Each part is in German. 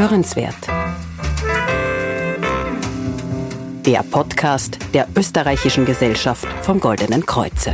Hörenswert. Der Podcast der Österreichischen Gesellschaft vom Goldenen Kreuze.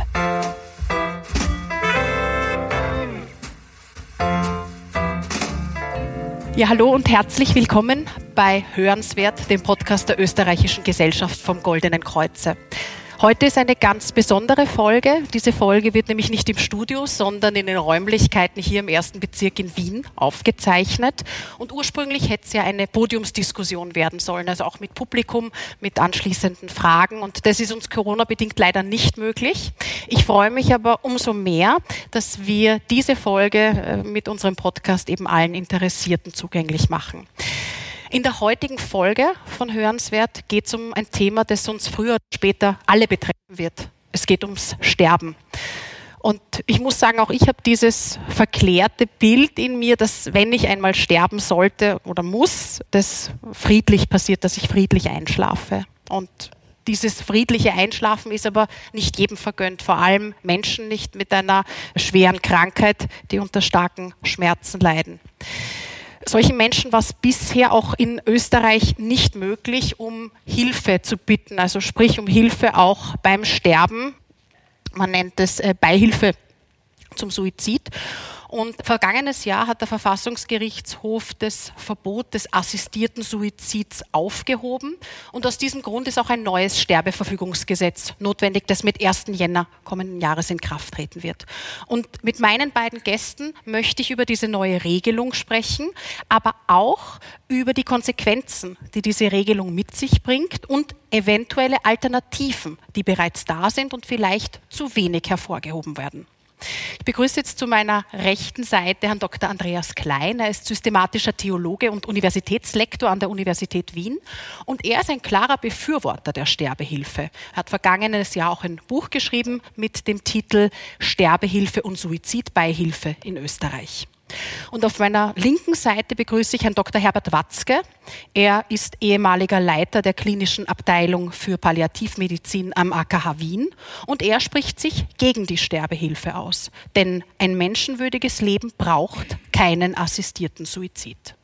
Ja, hallo und herzlich willkommen bei Hörenswert, dem Podcast der Österreichischen Gesellschaft vom Goldenen Kreuze. Heute ist eine ganz besondere Folge. Diese Folge wird nämlich nicht im Studio, sondern in den Räumlichkeiten hier im 1. Bezirk in Wien aufgezeichnet. Und ursprünglich hätte es ja eine Podiumsdiskussion werden sollen, also auch mit Publikum, mit anschließenden Fragen. Und das ist uns Corona-bedingt leider nicht möglich. Ich freue mich aber umso mehr, dass wir diese Folge mit unserem Podcast eben allen Interessierten zugänglich machen. In der heutigen Folge von Hörenswert geht es um ein Thema, das uns früher oder später alle betreffen wird. Es geht ums Sterben. Und ich muss sagen, auch ich habe dieses verklärte Bild in mir, dass wenn ich einmal sterben sollte oder muss, das friedlich passiert, dass ich friedlich einschlafe. Und dieses friedliche Einschlafen ist aber nicht jedem vergönnt, vor allem Menschen nicht mit einer schweren Krankheit, die unter starken Schmerzen leiden. Solchen Menschen war es bisher auch in Österreich nicht möglich, um Hilfe zu bitten, also sprich um Hilfe auch beim Sterben. Man nennt es Beihilfe zum Suizid. Und vergangenes Jahr hat der Verfassungsgerichtshof das Verbot des assistierten Suizids aufgehoben. Und aus diesem Grund ist auch ein neues Sterbeverfügungsgesetz notwendig, das mit 1. Jänner kommenden Jahres in Kraft treten wird. Und mit meinen beiden Gästen möchte ich über diese neue Regelung sprechen, aber auch über die Konsequenzen, die diese Regelung mit sich bringt und eventuelle Alternativen, die bereits da sind und vielleicht zu wenig hervorgehoben werden. Ich begrüße jetzt zu meiner rechten Seite Herrn Dr. Andreas Klein. Er ist systematischer Theologe und Universitätslektor an der Universität Wien. Und er ist ein klarer Befürworter der Sterbehilfe. Er hat vergangenes Jahr auch ein Buch geschrieben mit dem Titel Sterbehilfe und Suizidbeihilfe in Österreich. Und auf meiner linken Seite begrüße ich Herrn Dr. Herbert Watzke. Er ist ehemaliger Leiter der klinischen Abteilung für Palliativmedizin am AKH Wien und er spricht sich gegen die Sterbehilfe aus. Denn ein menschenwürdiges Leben braucht keinen assistierten Suizid.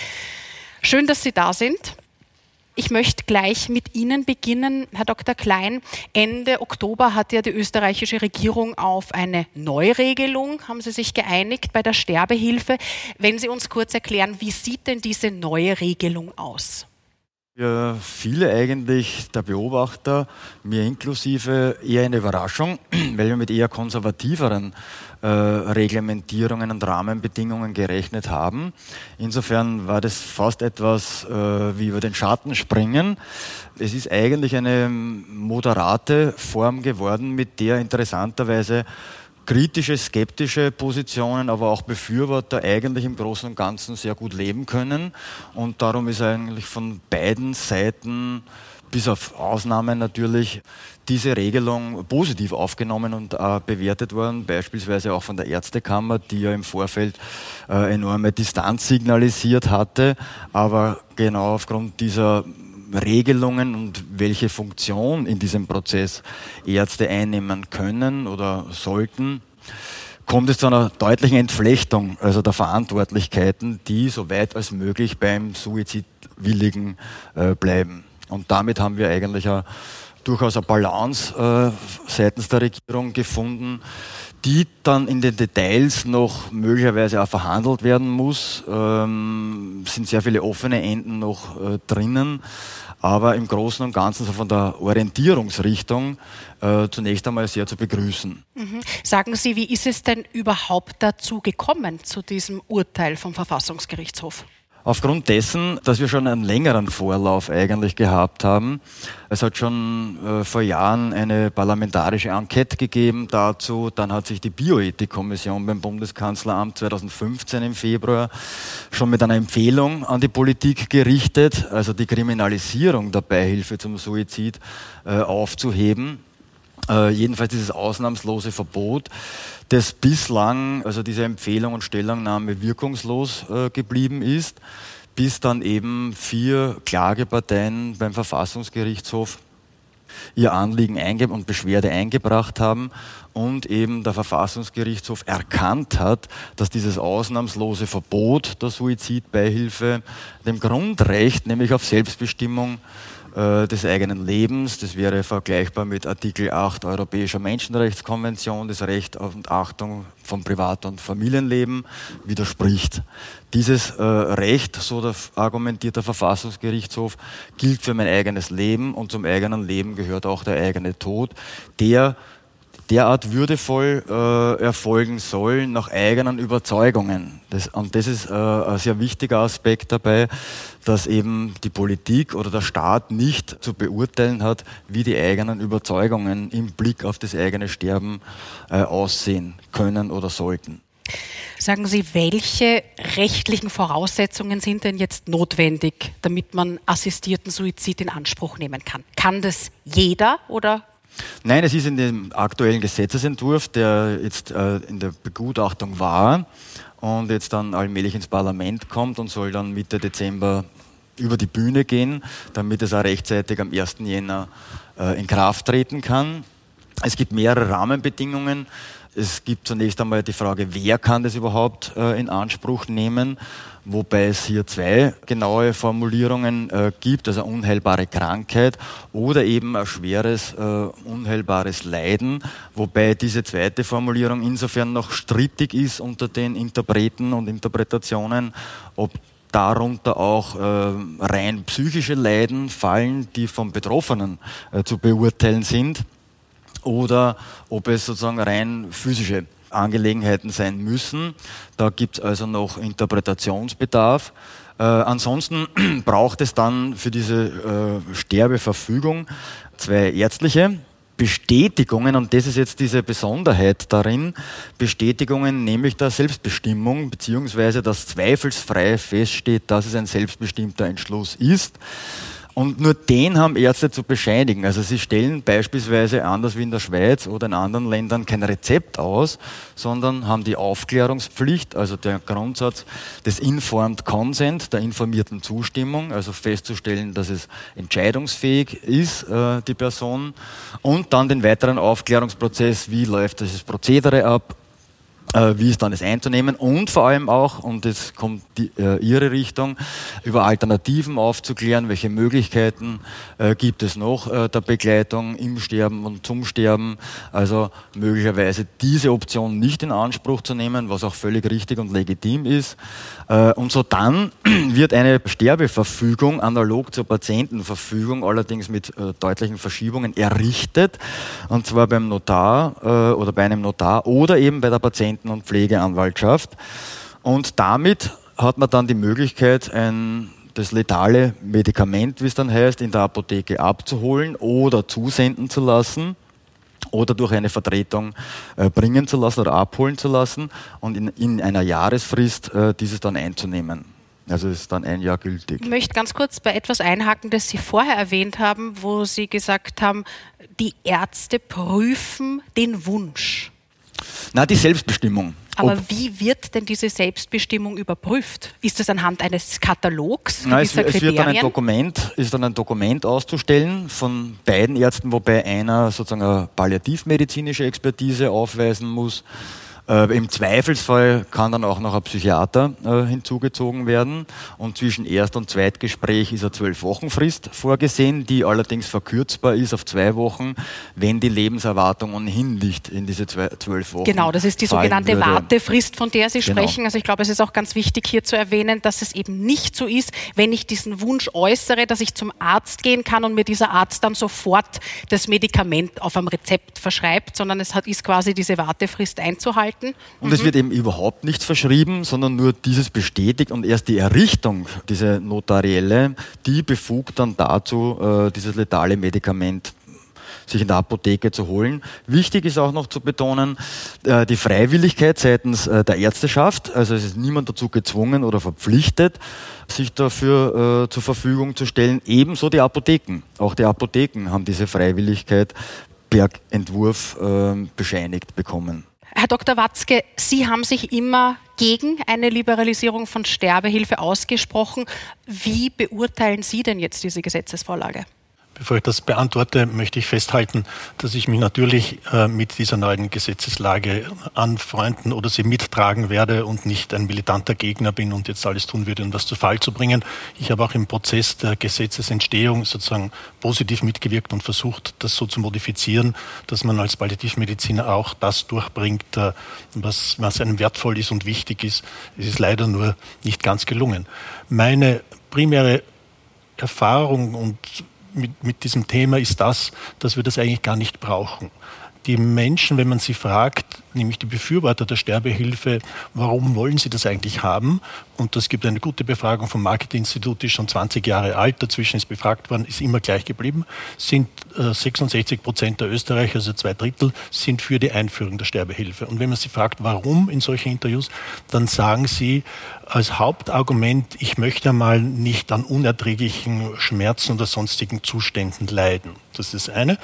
Schön, dass Sie da sind. Ich möchte gleich mit Ihnen beginnen, Herr Dr. Klein. Ende Oktober hat ja die österreichische Regierung auf eine Neuregelung, haben Sie sich geeinigt bei der Sterbehilfe. Wenn Sie uns kurz erklären, wie sieht denn diese neue Regelung aus? Für viele eigentlich der Beobachter, mir inklusive, eher eine Überraschung, weil wir mit eher konservativeren Reglementierungen und Rahmenbedingungen gerechnet haben. Insofern war das fast etwas wie über den Schatten springen. Es ist eigentlich eine moderate Form geworden, mit der interessanterweise kritische, skeptische Positionen, aber auch Befürworter eigentlich im Großen und Ganzen sehr gut leben können. Und darum ist eigentlich von beiden Seiten, bis auf Ausnahmen natürlich, diese Regelung positiv aufgenommen und bewertet worden, beispielsweise auch von der Ärztekammer, die ja im Vorfeld enorme Distanz signalisiert hatte, aber genau aufgrund dieser Regelungen und welche Funktion in diesem Prozess Ärzte einnehmen können oder sollten, kommt es zu einer deutlichen Entflechtung, also der Verantwortlichkeiten, die so weit als möglich beim Suizidwilligen bleiben. Und damit haben wir eigentlich durchaus eine Balance seitens der Regierung gefunden, die dann in den Details noch möglicherweise auch verhandelt werden muss. Sind sehr viele offene Enden noch drinnen, aber im Großen und Ganzen so von der Orientierungsrichtung zunächst einmal sehr zu begrüßen. Sagen Sie, wie ist es denn überhaupt dazu gekommen, zu diesem Urteil vom Verfassungsgerichtshof? Aufgrund dessen, dass wir schon einen längeren Vorlauf eigentlich gehabt haben. Es hat schon vor Jahren eine parlamentarische Enquete gegeben dazu. Dann hat sich die Bioethikkommission beim Bundeskanzleramt 2015 im Februar schon mit einer Empfehlung an die Politik gerichtet, also die Kriminalisierung der Beihilfe zum Suizid aufzuheben. Jedenfalls dieses ausnahmslose Verbot, das bislang, also diese Empfehlung und Stellungnahme wirkungslos geblieben ist, bis dann eben 4 Klageparteien beim Verfassungsgerichtshof ihr Anliegen und Beschwerde eingebracht haben und eben der Verfassungsgerichtshof erkannt hat, dass dieses ausnahmslose Verbot der Suizidbeihilfe dem Grundrecht, nämlich auf Selbstbestimmung des eigenen Lebens, das wäre vergleichbar mit Artikel 8 Europäischer Menschenrechtskonvention, das Recht auf und Achtung von Privat- und Familienleben, widerspricht. Dieses Recht, so argumentiert der Verfassungsgerichtshof, gilt für mein eigenes Leben und zum eigenen Leben gehört auch der eigene Tod, der derart würdevoll erfolgen soll nach eigenen Überzeugungen. Das ist ein sehr wichtiger Aspekt dabei, dass eben die Politik oder der Staat nicht zu beurteilen hat, wie die eigenen Überzeugungen im Blick auf das eigene Sterben aussehen können oder sollten. Sagen Sie, welche rechtlichen Voraussetzungen sind denn jetzt notwendig, damit man assistierten Suizid in Anspruch nehmen kann? Kann das jeder oder? Nein, es ist in dem aktuellen Gesetzesentwurf, der jetzt in der Begutachtung war und jetzt dann allmählich ins Parlament kommt und soll dann Mitte Dezember über die Bühne gehen, damit es auch rechtzeitig am 1. Jänner in Kraft treten kann. Es gibt mehrere Rahmenbedingungen. Es gibt zunächst einmal die Frage, wer kann das überhaupt in Anspruch nehmen, wobei es hier zwei genaue Formulierungen gibt, also unheilbare Krankheit oder eben ein schweres, unheilbares Leiden, wobei diese zweite Formulierung insofern noch strittig ist unter den Interpreten und Interpretationen, ob darunter auch rein psychische Leiden fallen, die vom Betroffenen zu beurteilen sind, oder ob es sozusagen rein physische Angelegenheiten sein müssen. Da gibt es also noch Interpretationsbedarf. Ansonsten braucht es dann für diese Sterbeverfügung zwei ärztliche Bestätigungen, und das ist jetzt diese Besonderheit darin, Bestätigungen nämlich der Selbstbestimmung, beziehungsweise dass zweifelsfrei feststeht, dass es ein selbstbestimmter Entschluss ist. Und nur den haben Ärzte zu bescheinigen. Also sie stellen beispielsweise anders wie in der Schweiz oder in anderen Ländern kein Rezept aus, sondern haben die Aufklärungspflicht, also der Grundsatz des Informed Consent, der informierten Zustimmung, also festzustellen, dass es entscheidungsfähig ist, die Person, und dann den weiteren Aufklärungsprozess, wie läuft dieses Prozedere ab, wie ist dann das einzunehmen, und vor allem auch, und jetzt kommt Ihre Richtung, über Alternativen aufzuklären, welche Möglichkeiten gibt es noch der Begleitung im Sterben und zum Sterben, also möglicherweise diese Option nicht in Anspruch zu nehmen, was auch völlig richtig und legitim ist. Und so dann wird eine Sterbeverfügung analog zur Patientenverfügung, allerdings mit deutlichen Verschiebungen, errichtet, und zwar beim Notar oder bei einem Notar oder eben bei der Patienten- und Pflegeanwaltschaft. Und damit hat man dann die Möglichkeit, das letale Medikament, wie es dann heißt, in der Apotheke abzuholen oder zusenden zu lassen oder durch eine Vertretung bringen zu lassen oder abholen zu lassen und in einer Jahresfrist dieses dann einzunehmen. Also ist dann ein Jahr gültig. Ich möchte ganz kurz bei etwas einhaken, das Sie vorher erwähnt haben, wo Sie gesagt haben, die Ärzte prüfen den Wunsch. Na, die Selbstbestimmung. Aber wie wird denn diese Selbstbestimmung überprüft? Ist das anhand eines Katalogs dieser Kriterien? Es wird dann ein Dokument auszustellen von beiden Ärzten, wobei einer sozusagen eine palliativmedizinische Expertise aufweisen muss. Im Zweifelsfall kann dann auch noch ein Psychiater hinzugezogen werden, und zwischen Erst- und Zweitgespräch ist eine 12-Wochen-Frist vorgesehen, die allerdings verkürzbar ist auf 2 Wochen, wenn die Lebenserwartung ohnehin nicht in diese 12 Wochen. Genau, das ist die sogenannte würde. Wartefrist, von der Sie sprechen. Genau. Also ich glaube, es ist auch ganz wichtig hier zu erwähnen, dass es eben nicht so ist, wenn ich diesen Wunsch äußere, dass ich zum Arzt gehen kann und mir dieser Arzt dann sofort das Medikament auf einem Rezept verschreibt, sondern es ist quasi diese Wartefrist einzuhalten. Und es wird eben überhaupt nichts verschrieben, sondern nur dieses bestätigt, und erst die Errichtung, diese notarielle, die befugt dann dazu, dieses letale Medikament sich in der Apotheke zu holen. Wichtig ist auch noch zu betonen, die Freiwilligkeit seitens der Ärzteschaft, also es ist niemand dazu gezwungen oder verpflichtet, sich dafür zur Verfügung zu stellen, ebenso die Apotheken. Auch die Apotheken haben diese Freiwilligkeit per Entwurf bescheinigt bekommen. Herr Dr. Watzke, Sie haben sich immer gegen eine Liberalisierung von Sterbehilfe ausgesprochen. Wie beurteilen Sie denn jetzt diese Gesetzesvorlage? Bevor ich das beantworte, möchte ich festhalten, dass ich mich natürlich mit dieser neuen Gesetzeslage anfreunden oder sie mittragen werde und nicht ein militanter Gegner bin und jetzt alles tun würde, um das zu Fall zu bringen. Ich habe auch im Prozess der Gesetzesentstehung sozusagen positiv mitgewirkt und versucht, das so zu modifizieren, dass man als Palliativmediziner auch das durchbringt, was einem wertvoll ist und wichtig ist. Es ist leider nur nicht ganz gelungen. Meine primäre Erfahrung und mit diesem Thema ist das, dass wir das eigentlich gar nicht brauchen. Die Menschen, wenn man sie fragt, nämlich die Befürworter der Sterbehilfe, warum wollen sie das eigentlich haben? Und das gibt eine gute Befragung vom Market-Institut, die ist schon 20 Jahre alt, dazwischen ist befragt worden, ist immer gleich geblieben, sind 66% der Österreicher, also 2/3, sind für die Einführung der Sterbehilfe. Und wenn man sie fragt, warum in solchen Interviews, dann sagen sie als Hauptargument, ich möchte mal nicht an unerträglichen Schmerzen oder sonstigen Zuständen leiden. Das ist das eine.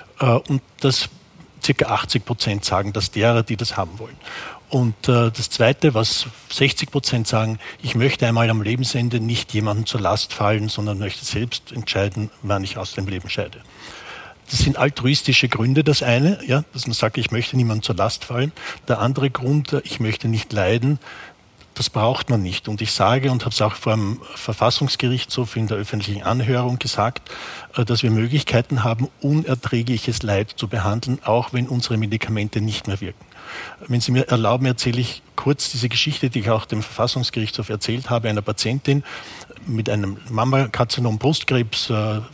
Und das ca. 80% sagen das derer, die das haben wollen. Und das Zweite, was 60% sagen, ich möchte einmal am Lebensende nicht jemandem zur Last fallen, sondern möchte selbst entscheiden, wann ich aus dem Leben scheide. Das sind altruistische Gründe, das eine, ja, dass man sagt, ich möchte niemandem zur Last fallen. Der andere Grund, ich möchte nicht leiden, das braucht man nicht. Und ich sage und habe es auch vor dem Verfassungsgerichtshof in der öffentlichen Anhörung gesagt, dass wir Möglichkeiten haben, unerträgliches Leid zu behandeln, auch wenn unsere Medikamente nicht mehr wirken. Wenn Sie mir erlauben, erzähle ich kurz diese Geschichte, die ich auch dem Verfassungsgerichtshof erzählt habe, einer Patientin mit einem Mammakarzinom Brustkrebs,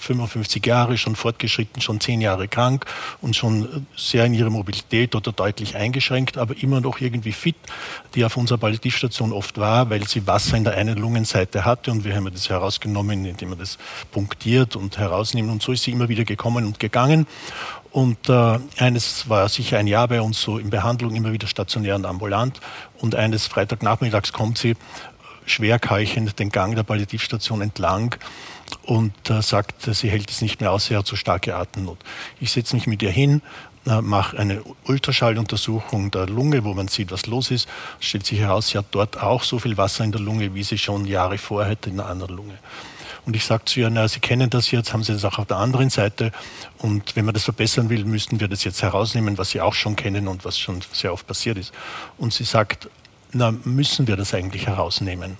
55 Jahre, schon fortgeschritten, schon 10 Jahre krank und schon sehr in ihrer Mobilität oder deutlich eingeschränkt, aber immer noch irgendwie fit, die auf unserer Palliativstation oft war, weil sie Wasser in der einen Lungenseite hatte und wir haben das herausgenommen, indem man das punktiert und herausnimmt und so ist sie immer wieder gekommen und gegangen. Und eines war sicher ein Jahr bei uns so in Behandlung, immer wieder stationär und ambulant. Und eines Freitagnachmittags kommt sie schwer keuchend den Gang der Palliativstation entlang und sagt, sie hält es nicht mehr aus, sie hat so starke Atemnot. Ich setze mich mit ihr hin, mache eine Ultraschalluntersuchung der Lunge, wo man sieht, was los ist. Stellt sich heraus, sie hat dort auch so viel Wasser in der Lunge, wie sie schon Jahre vorher hätte in einer anderen Lunge. Und ich sage zu ihr, na, Sie kennen das jetzt, haben Sie das auch auf der anderen Seite. Und wenn man das verbessern will, müssten wir das jetzt herausnehmen, was Sie auch schon kennen und was schon sehr oft passiert ist. Und sie sagt, na, müssen wir das eigentlich herausnehmen?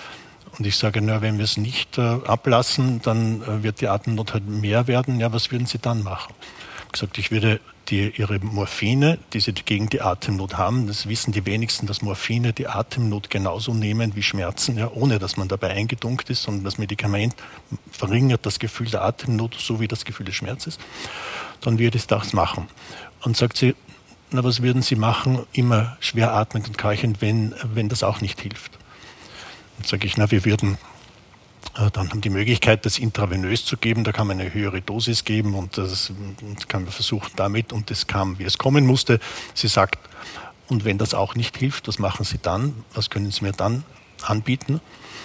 Und ich sage, na, wenn wir es nicht ablassen, dann wird die Atemnot halt mehr werden. Ja, was würden Sie dann machen? Ich habe gesagt, ich würde ihre Morphine, die sie gegen die Atemnot haben, das wissen die wenigsten, dass Morphine die Atemnot genauso nehmen wie Schmerzen, ja, ohne dass man dabei eingedunkt ist, sondern das Medikament verringert das Gefühl der Atemnot, so wie das Gefühl des Schmerzes. Dann würde ich das machen. Und sagt sie, na, was würden Sie machen, immer schwer atmend und keuchend, wenn das auch nicht hilft? Dann sage ich, na, wir würden dann haben die Möglichkeit, das intravenös zu geben. Da kann man eine höhere Dosis geben und das kann man versuchen damit. Und das kam, wie es kommen musste. Sie sagt, und wenn das auch nicht hilft, was machen Sie dann? Was können Sie mir dann anbieten?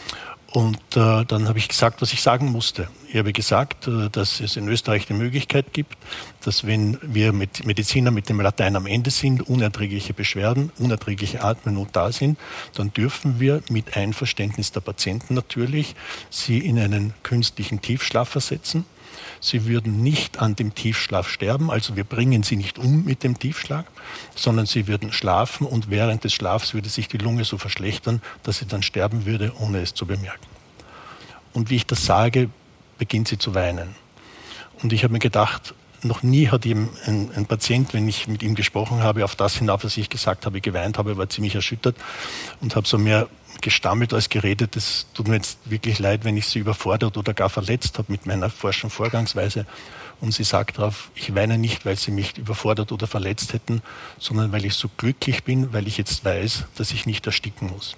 Und dann habe ich gesagt, was ich sagen musste. Ich habe gesagt, dass es in Österreich die Möglichkeit gibt, dass wenn wir mit Mediziner mit dem Latein am Ende sind, unerträgliche Beschwerden, unerträgliche Atemnot da sind, dann dürfen wir mit Einverständnis der Patienten natürlich sie in einen künstlichen Tiefschlaf versetzen. Sie würden nicht an dem Tiefschlaf sterben, also wir bringen sie nicht um mit dem Tiefschlag, sondern sie würden schlafen und während des Schlafs würde sich die Lunge so verschlechtern, dass sie dann sterben würde, ohne es zu bemerken. Und wie ich das sage, beginnt sie zu weinen. Und ich habe mir gedacht, noch nie hat ihm ein Patient, wenn ich mit ihm gesprochen habe, auf das hinauf, was ich gesagt habe, geweint habe, war ziemlich erschüttert und habe so mehr gestammelt als geredet. Es tut mir jetzt wirklich leid, wenn ich sie überfordert oder gar verletzt habe mit meiner forschen Vorgangsweise. Und sie sagt darauf, ich weine nicht, weil sie mich überfordert oder verletzt hätten, sondern weil ich so glücklich bin, weil ich jetzt weiß, dass ich nicht ersticken muss.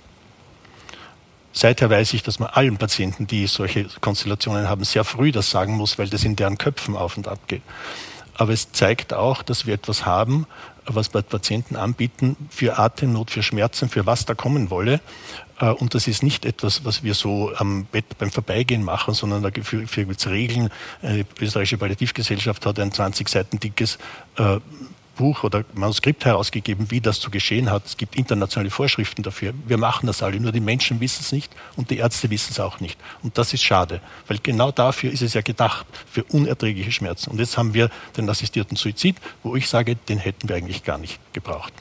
Seither weiß ich, dass man allen Patienten, die solche Konstellationen haben, sehr früh das sagen muss, weil das in deren Köpfen auf und ab geht. Aber es zeigt auch, dass wir etwas haben, was bei Patienten anbieten für Atemnot, für Schmerzen, für was da kommen wolle. Und das ist nicht etwas, was wir so am Bett beim Vorbeigehen machen, sondern dafür gibt es Regeln. Die österreichische Palliativgesellschaft hat ein 20 Seiten dickes Buch oder Manuskript herausgegeben, wie das zu geschehen hat. Es gibt internationale Vorschriften dafür. Wir machen das alle, nur die Menschen wissen es nicht und die Ärzte wissen es auch nicht. Und das ist schade, weil genau dafür ist es ja gedacht, für unerträgliche Schmerzen. Und jetzt haben wir den assistierten Suizid, wo ich sage, den hätten wir eigentlich gar nicht gebraucht.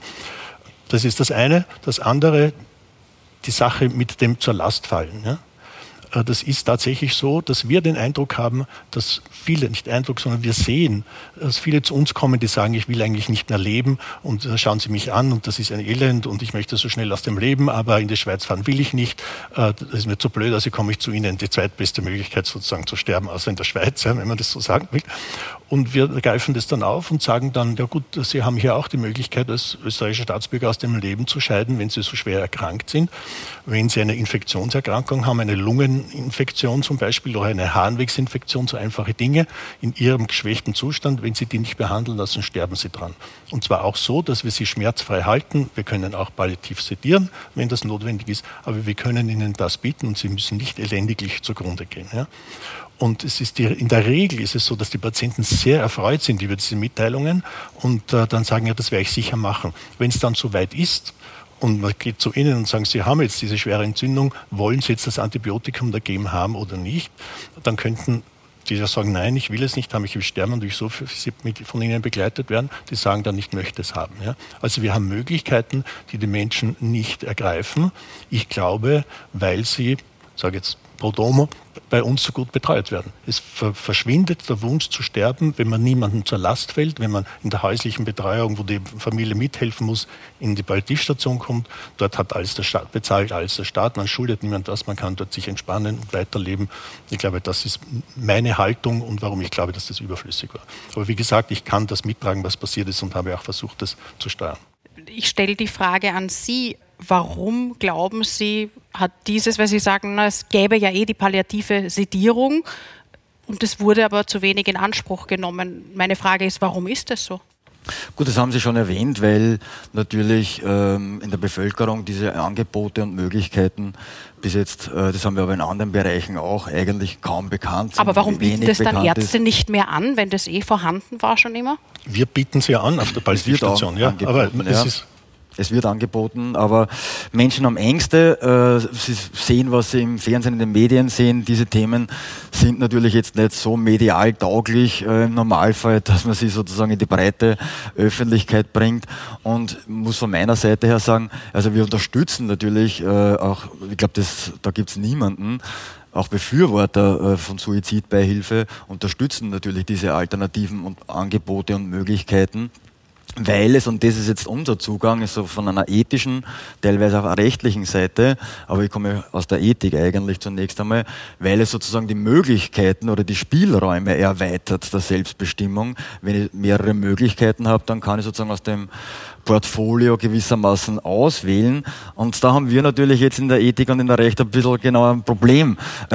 Das ist das eine. Das andere, die Sache mit dem zur Last fallen. Ja? Das ist tatsächlich so, dass wir den Eindruck haben, dass viele, nicht Eindruck, sondern wir sehen, dass viele zu uns kommen, die sagen, ich will eigentlich nicht mehr leben und schauen Sie mich an und das ist ein Elend und ich möchte so schnell aus dem Leben, aber in die Schweiz fahren will ich nicht. Das ist mir zu blöd, also komme ich zu Ihnen. Die zweitbeste Möglichkeit sozusagen zu sterben, außer in der Schweiz, wenn man das so sagen will. Und wir greifen das dann auf und sagen dann, ja gut, Sie haben hier auch die Möglichkeit, als österreichischer Staatsbürger aus dem Leben zu scheiden, wenn Sie so schwer erkrankt sind. Wenn Sie eine Infektionserkrankung haben, eine Lungeninfektion zum Beispiel oder eine Harnwegsinfektion, so einfache Dinge, in Ihrem geschwächten Zustand, wenn Sie die nicht behandeln lassen, sterben Sie dran. Und zwar auch so, dass wir Sie schmerzfrei halten. Wir können auch palliativ sedieren, wenn das notwendig ist, aber wir können Ihnen das bieten und Sie müssen nicht elendiglich zugrunde gehen. Ja? Und es ist in der Regel ist es so, dass die Patienten sehr erfreut sind über diese Mitteilungen und dann sagen, ja, das werde ich sicher machen. Wenn es dann soweit ist und man geht zu Ihnen und sagt, Sie haben jetzt diese schwere Entzündung, wollen Sie jetzt das Antibiotikum dagegen haben oder nicht, dann könnten die ja sagen, nein, ich will es nicht haben, ich will sterben und ich so von Ihnen begleitet werden, die sagen dann, ich möchte es haben. Ja? Also wir haben Möglichkeiten, die die Menschen nicht ergreifen. Ich glaube, weil sie, sage jetzt pro domo, bei uns so gut betreut werden. Es verschwindet der Wunsch zu sterben, wenn man niemandem zur Last fällt, wenn man in der häuslichen Betreuung, wo die Familie mithelfen muss, in die Palliativstation kommt. Dort hat alles der Staat bezahlt, alles der Staat. Man schuldet niemand was, man kann dort sich entspannen und weiterleben. Ich glaube, das ist meine Haltung und warum ich glaube, dass das überflüssig war. Aber wie gesagt, ich kann das mittragen, was passiert ist und habe auch versucht, das zu steuern. Ich stelle die Frage an Sie. Warum glauben Sie, hat dieses, weil Sie sagen, es gäbe ja die palliative Sedierung und es wurde aber zu wenig in Anspruch genommen. Meine Frage ist, warum ist das so? Gut, das haben Sie schon erwähnt, weil natürlich in der Bevölkerung diese Angebote und Möglichkeiten bis jetzt, das haben wir aber in anderen Bereichen auch, eigentlich kaum bekannt sind. Aber warum bieten das dann Ärzte nicht mehr an, wenn das vorhanden war schon immer? Wir bieten sie an auf der Palliativstation, ja, aber es ist... Es wird angeboten, aber Menschen haben Ängste, sie sehen, was sie im Fernsehen, in den Medien sehen. Diese Themen sind natürlich jetzt nicht so medial tauglich im Normalfall, dass man sie sozusagen in die breite Öffentlichkeit bringt. Und muss von meiner Seite her sagen, also wir unterstützen natürlich auch, ich glaube, da gibt es niemanden, auch Befürworter von Suizidbeihilfe unterstützen natürlich diese Alternativen und Angebote und Möglichkeiten. Weil es, und das ist jetzt unser Zugang, ist so von einer ethischen, teilweise auch einer rechtlichen Seite, aber ich komme aus der Ethik eigentlich zunächst einmal, weil es sozusagen die Möglichkeiten oder die Spielräume erweitert der Selbstbestimmung. Wenn ich mehrere Möglichkeiten habe, dann kann ich sozusagen aus dem Portfolio gewissermaßen auswählen. Und da haben wir natürlich jetzt in der Ethik und in der Recht ein bisschen genau ein Problem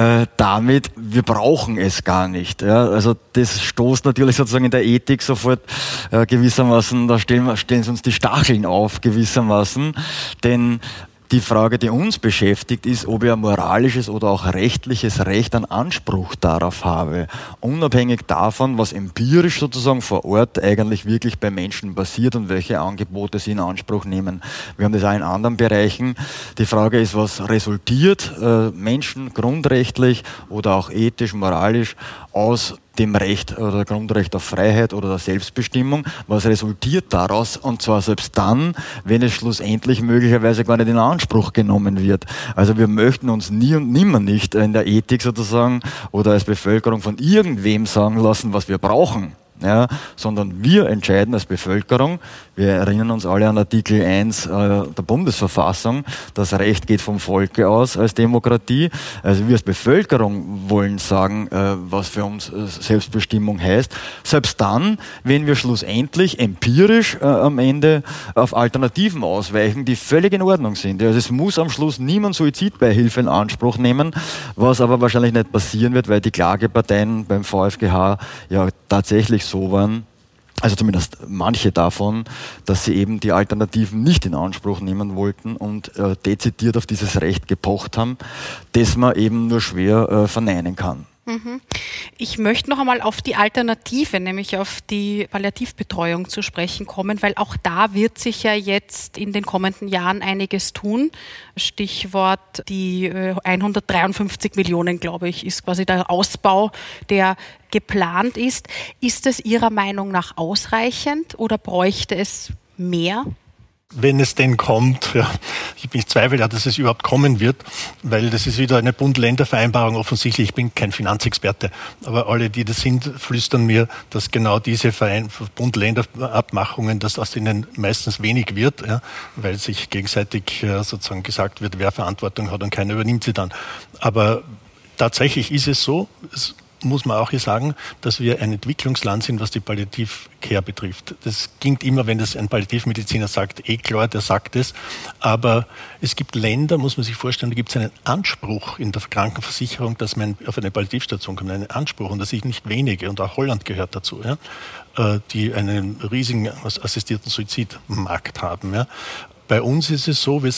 damit, wir brauchen es gar nicht. Ja? Also das stoßt natürlich sozusagen in der Ethik sofort gewissermaßen, da stellen sie uns die Stacheln auf gewissermaßen, denn die Frage, die uns beschäftigt, ist, ob ich ein moralisches oder auch rechtliches Recht, einen Anspruch darauf habe, unabhängig davon, was empirisch sozusagen vor Ort eigentlich wirklich bei Menschen passiert und welche Angebote sie in Anspruch nehmen. Wir haben das auch in anderen Bereichen. Die Frage ist, was resultiert Menschen grundrechtlich oder auch ethisch, moralisch aus dem Recht oder Grundrecht auf Freiheit oder der Selbstbestimmung, was resultiert daraus, und zwar selbst dann, wenn es schlussendlich möglicherweise gar nicht in Anspruch genommen wird. Also wir möchten uns nie und nimmer nicht in der Ethik sozusagen oder als Bevölkerung von irgendwem sagen lassen, was wir brauchen. Ja, sondern wir entscheiden als Bevölkerung, wir erinnern uns alle an Artikel 1 der Bundesverfassung, das Recht geht vom Volke aus als Demokratie. Also wir als Bevölkerung wollen sagen, was für uns Selbstbestimmung heißt. Selbst dann, wenn wir schlussendlich empirisch am Ende auf Alternativen ausweichen, die völlig in Ordnung sind. Also es muss am Schluss niemand Suizidbeihilfe in Anspruch nehmen, was aber wahrscheinlich nicht passieren wird, weil die Klageparteien beim VfGH ja tatsächlich so waren, also zumindest manche davon, dass sie eben die Alternativen nicht in Anspruch nehmen wollten und dezidiert auf dieses Recht gepocht haben, das man eben nur schwer verneinen kann. Ich möchte noch einmal auf die Alternative, nämlich auf die Palliativbetreuung zu sprechen kommen, weil auch da wird sich ja jetzt in den kommenden Jahren einiges tun. Stichwort die 153 Millionen, glaube ich, ist quasi der Ausbau, der geplant ist. Ist es Ihrer Meinung nach ausreichend oder bräuchte es mehr? Wenn es denn kommt, ja, ich bezweifle ja, dass es überhaupt kommen wird, weil das ist wieder eine Bund-Länder-Vereinbarung offensichtlich. Ich bin kein Finanzexperte, aber alle, die das sind, flüstern mir, dass genau diese Bund-Länder-Abmachungen, dass aus denen meistens wenig wird, ja, weil sich gegenseitig sozusagen gesagt wird, wer Verantwortung hat und keiner übernimmt sie dann. Aber tatsächlich ist es so, muss man auch hier sagen, dass wir ein Entwicklungsland sind, was die Palliativcare betrifft. Das klingt immer, wenn das ein Palliativmediziner sagt, klar, der sagt es. Aber es gibt Länder, muss man sich vorstellen, da gibt es einen Anspruch in der Krankenversicherung, dass man auf eine Palliativstation kommt. Einen Anspruch, und das sind nicht wenige, und auch Holland gehört dazu, ja, die einen riesigen assistierten Suizidmarkt haben. Ja. Bei uns ist es so,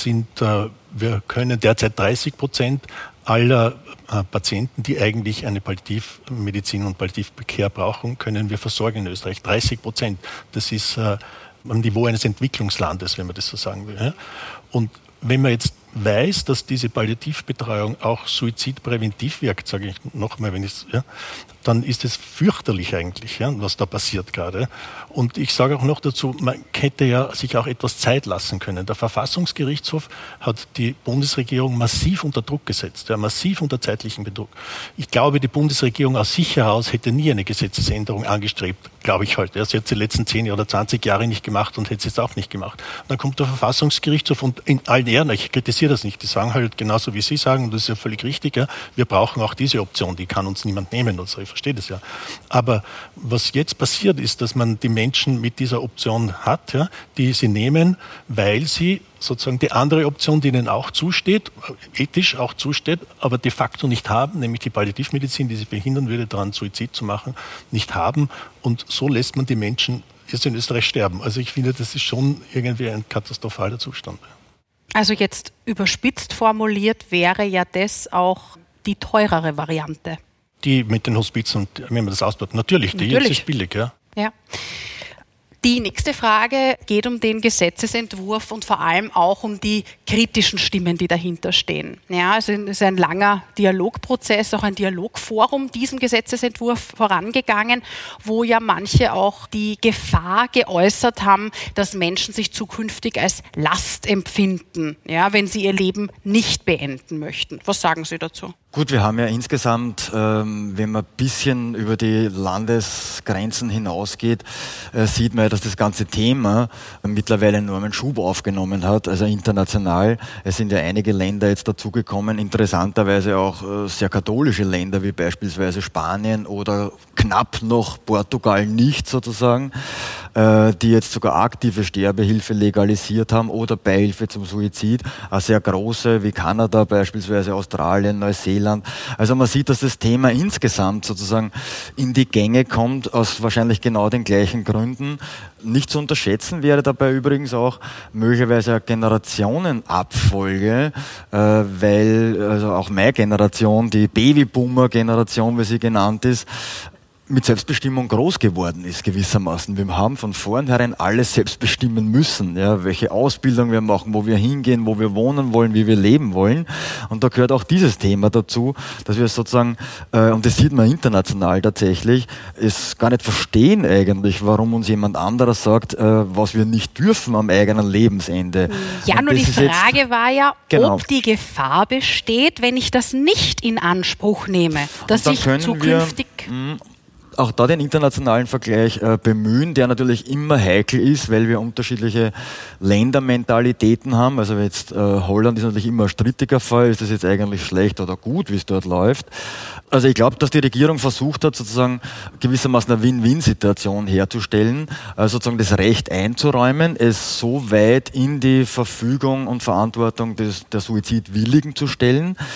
wir können derzeit 30% aller Patienten, die eigentlich eine Palliativmedizin und Palliativcare brauchen, können wir versorgen in Österreich. 30%. Das ist am Niveau eines Entwicklungslandes, wenn man das so sagen will. Ja. Und wenn man jetzt weiß, dass diese Palliativbetreuung auch suizidpräventiv wirkt, sage ich nochmal, dann ist es fürchterlich eigentlich, ja, was da passiert gerade. Und ich sage auch noch dazu, man hätte ja sich auch etwas Zeit lassen können. Der Verfassungsgerichtshof hat die Bundesregierung massiv unter Druck gesetzt, ja, massiv unter zeitlichen Druck. Ich glaube, die Bundesregierung aus sich heraus hätte nie eine Gesetzesänderung angestrebt, glaube ich heute. Sie hat es die letzten 10 oder 20 Jahre nicht gemacht und hätte es jetzt auch nicht gemacht. Und dann kommt der Verfassungsgerichtshof und in allen Ehren, ich kritisiere das nicht, die sagen halt genauso wie Sie sagen, und das ist ja völlig richtig, ja, wir brauchen auch diese Option, die kann uns niemand nehmen und so, ich verstehe das ja. Aber was jetzt passiert ist, dass man die Menschen mit dieser Option hat, ja, die sie nehmen, weil sie sozusagen die andere Option, die ihnen auch zusteht, ethisch auch zusteht, aber de facto nicht haben, nämlich die Palliativmedizin, die sie verhindern würde, daran Suizid zu machen, nicht haben. Und so lässt man die Menschen jetzt in Österreich sterben. Also ich finde, das ist schon irgendwie ein katastrophaler Zustand. Also jetzt überspitzt formuliert wäre ja das auch die teurere Variante. Die mit den Hospizen, wenn man das ausbaut. Natürlich, die jetzt ist billig, ja. Ja. Die nächste Frage geht um den Gesetzesentwurf und vor allem auch um die kritischen Stimmen, die dahinter stehen. Ja, also es ist ein langer Dialogprozess, auch ein Dialogforum diesem Gesetzesentwurf vorangegangen, wo ja manche auch die Gefahr geäußert haben, dass Menschen sich zukünftig als Last empfinden, ja, wenn sie ihr Leben nicht beenden möchten. Was sagen Sie dazu? Gut, wir haben ja insgesamt, wenn man ein bisschen über die Landesgrenzen hinausgeht, sieht man ja, dass das ganze Thema mittlerweile einen enormen Schub aufgenommen hat, also international. Es sind ja einige Länder jetzt dazugekommen, interessanterweise auch sehr katholische Länder, wie beispielsweise Spanien oder knapp noch Portugal nicht sozusagen, die jetzt sogar aktive Sterbehilfe legalisiert haben oder Beihilfe zum Suizid. Auch sehr große wie Kanada beispielsweise, Australien, Neuseeland. Also man sieht, dass das Thema insgesamt sozusagen in die Gänge kommt, aus wahrscheinlich genau den gleichen Gründen. Nicht zu unterschätzen wäre dabei übrigens auch möglicherweise eine Generationenabfolge, weil also auch meine Generation, die Babyboomer-Generation, wie sie genannt ist, mit Selbstbestimmung groß geworden ist gewissermaßen. Wir haben von vornherein alles selbst bestimmen müssen, ja, welche Ausbildung wir machen, wo wir hingehen, wo wir wohnen wollen, wie wir leben wollen. Und da gehört auch dieses Thema dazu, dass wir sozusagen, und das sieht man international tatsächlich, es gar nicht verstehen eigentlich, warum uns jemand anderes sagt, was wir nicht dürfen am eigenen Lebensende. Ja, nur die Frage war ja, genau, ob die Gefahr besteht, wenn ich das nicht in Anspruch nehme, dass ich zukünftig... Auch da den internationalen Vergleich bemühen, der natürlich immer heikel ist, weil wir unterschiedliche Ländermentalitäten haben. Also jetzt Holland ist natürlich immer ein strittiger Fall. Ist das jetzt eigentlich schlecht oder gut, wie es dort läuft? Also ich glaube, dass die Regierung versucht hat, sozusagen gewissermaßen eine Win-Win-Situation herzustellen, sozusagen das Recht einzuräumen, es so weit in die Verfügung und Verantwortung der Suizidwilligen zu stellen.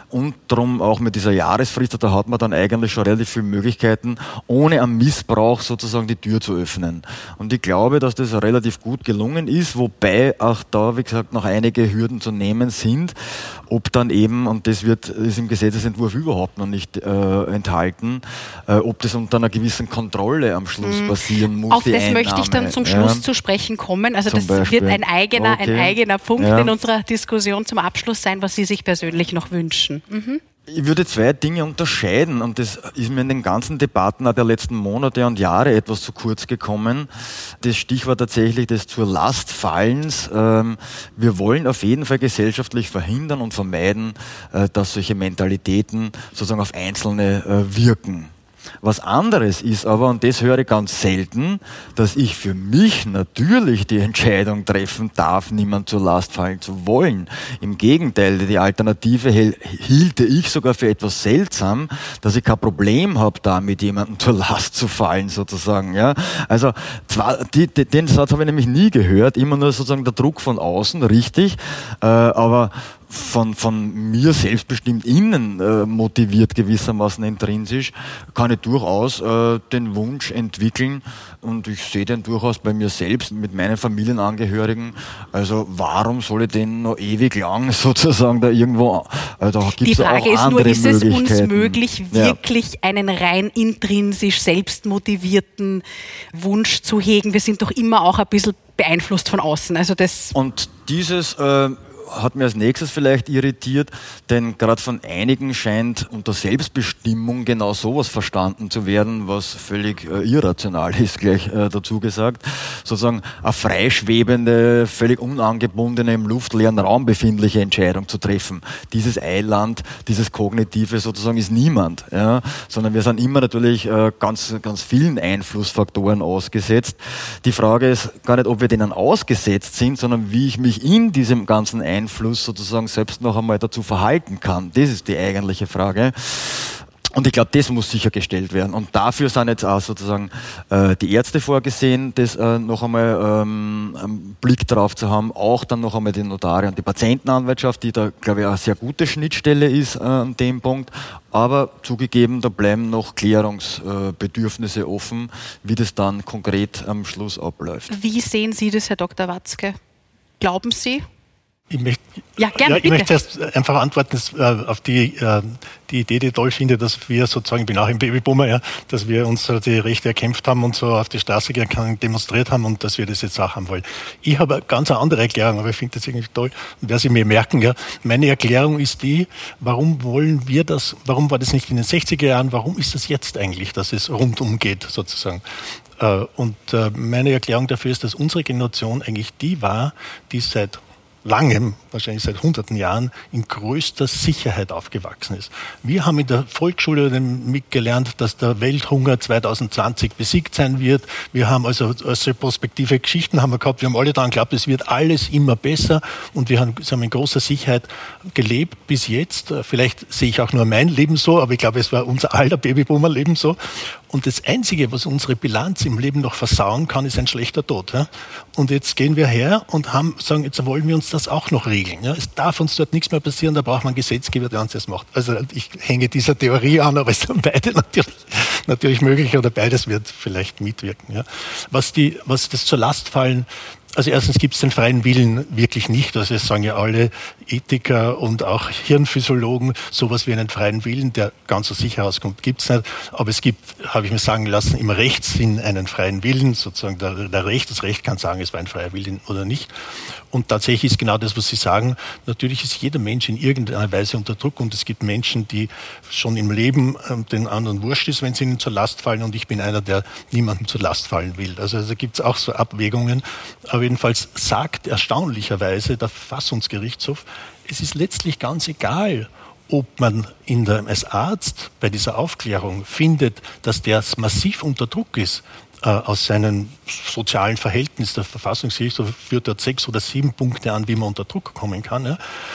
und darum auch mit dieser Jahresfrist, da hat man dann eigentlich schon relativ viele Möglichkeiten, ohne am Missbrauch sozusagen die Tür zu öffnen. Und ich glaube, dass das relativ gut gelungen ist, wobei auch da, wie gesagt, noch einige Hürden zu nehmen sind, ob dann eben, und das ist im Gesetzesentwurf überhaupt noch nicht enthalten, ob das unter einer gewissen Kontrolle am Schluss passieren muss. Auf das möchte ich dann zum Schluss zu sprechen kommen. Also das wird ein eigener Punkt in unserer Diskussion zum Abschluss sein, was Sie sich persönlich noch wünschen. Ich würde zwei Dinge unterscheiden, und das ist mir in den ganzen Debatten der letzten Monate und Jahre etwas zu kurz gekommen. Das Stichwort tatsächlich des zur Last Fallens. Wir wollen auf jeden Fall gesellschaftlich verhindern und vermeiden, dass solche Mentalitäten sozusagen auf Einzelne wirken. Was anderes ist aber, und das höre ich ganz selten, dass ich für mich natürlich die Entscheidung treffen darf, niemand zur Last fallen zu wollen. Im Gegenteil, die Alternative hielte ich sogar für etwas seltsam, dass ich kein Problem habe, damit jemandem zur Last zu fallen, sozusagen. Ja? Also den Satz habe ich nämlich nie gehört, immer nur sozusagen der Druck von außen, richtig, aber von mir selbstbestimmt innen motiviert gewissermaßen intrinsisch, kann ich durchaus den Wunsch entwickeln, und ich sehe den durchaus bei mir selbst mit meinen Familienangehörigen. Also warum soll ich den noch ewig lang sozusagen da irgendwo, da gibt's die Frage auch ist andere nur, ist es uns Möglichkeiten. möglich, wirklich einen rein intrinsisch selbstmotivierten Wunsch zu hegen? Wir sind doch immer auch ein bisschen beeinflusst von außen. Also das Und dieses hat mir als nächstes vielleicht irritiert, denn gerade von einigen scheint unter Selbstbestimmung genau sowas verstanden zu werden, was völlig irrational ist, gleich dazu gesagt. Sozusagen eine freischwebende, völlig unangebundene, im luftleeren Raum befindliche Entscheidung zu treffen. Dieses Eiland, dieses Kognitive sozusagen ist niemand, ja, sondern wir sind immer natürlich ganz vielen Einflussfaktoren ausgesetzt. Die Frage ist gar nicht, ob wir denen ausgesetzt sind, sondern wie ich mich in diesem ganzen Einfluss sozusagen selbst noch einmal dazu verhalten kann. Das ist die eigentliche Frage. Und ich glaube, das muss sichergestellt werden. Und dafür sind jetzt auch sozusagen die Ärzte vorgesehen, das noch einmal einen Blick drauf zu haben. Auch dann noch einmal die Notare und die Patientenanwaltschaft, die da, glaube ich, eine sehr gute Schnittstelle ist an dem Punkt. Aber zugegeben, da bleiben noch Klärungsbedürfnisse offen, wie das dann konkret am Schluss abläuft. Wie sehen Sie das, Herr Dr. Watzke? Glauben Sie? Ich möchte bitte. erst einfach antworten auf die Idee, die ich toll finde, dass wir sozusagen, ich bin auch ein Babyboomer, ja, dass wir uns die Rechte erkämpft haben und so auf die Straße gegangen, demonstriert haben und dass wir das jetzt auch haben wollen. Ich habe eine ganz andere Erklärung, aber ich finde das irgendwie toll und werde sie mir merken. Ja. Meine Erklärung ist die, warum wollen wir das, warum war das nicht in den 60er Jahren, warum ist das jetzt eigentlich, dass es rundum geht sozusagen. Und meine Erklärung dafür ist, dass unsere Generation eigentlich die war, die seit langem, wahrscheinlich seit hunderten Jahren, in größter Sicherheit aufgewachsen ist. Wir haben in der Volksschule mitgelernt, dass der Welthunger 2020 besiegt sein wird. Wir haben also prospektive Geschichten haben wir gehabt. Wir haben alle daran geglaubt, es wird alles immer besser und wir haben in großer Sicherheit gelebt bis jetzt. Vielleicht sehe ich auch nur mein Leben so, aber ich glaube, es war unser aller Babyboomer-Leben so. Und das Einzige, was unsere Bilanz im Leben noch versauen kann, ist ein schlechter Tod. Ja? Und jetzt gehen wir her und sagen, jetzt wollen wir uns das auch noch regeln. Ja? Es darf uns dort nichts mehr passieren, da braucht man einen Gesetzgeber, der uns das macht. Also ich hänge dieser Theorie an, aber es sind beide natürlich möglich oder beides wird vielleicht mitwirken. Ja? Was das zur Last fallen, also erstens gibt es den freien Willen wirklich nicht. Also es sagen ja alle Ethiker und auch Hirnphysiologen, sowas wie einen freien Willen, der ganz so sicher rauskommt, gibt es nicht. Aber es gibt, habe ich mir sagen lassen, im Rechtssinn einen freien Willen, sozusagen das Recht kann sagen, es war ein freier Willen oder nicht. Und tatsächlich ist genau das, was Sie sagen, natürlich ist jeder Mensch in irgendeiner Weise unter Druck und es gibt Menschen, die schon im Leben den anderen wurscht ist, wenn sie ihnen zur Last fallen und ich bin einer, der niemandem zur Last fallen will. Also gibt es auch so Abwägungen. Aber jedenfalls sagt erstaunlicherweise der Verfassungsgerichtshof, es ist letztlich ganz egal, ob man als Arzt bei dieser Aufklärung findet, dass der massiv unter Druck ist, aus seinem sozialen Verhältnis. Der Verfassungsgerichtshof führt dort 6 oder 7 Punkte an, wie man unter Druck kommen kann. Ja.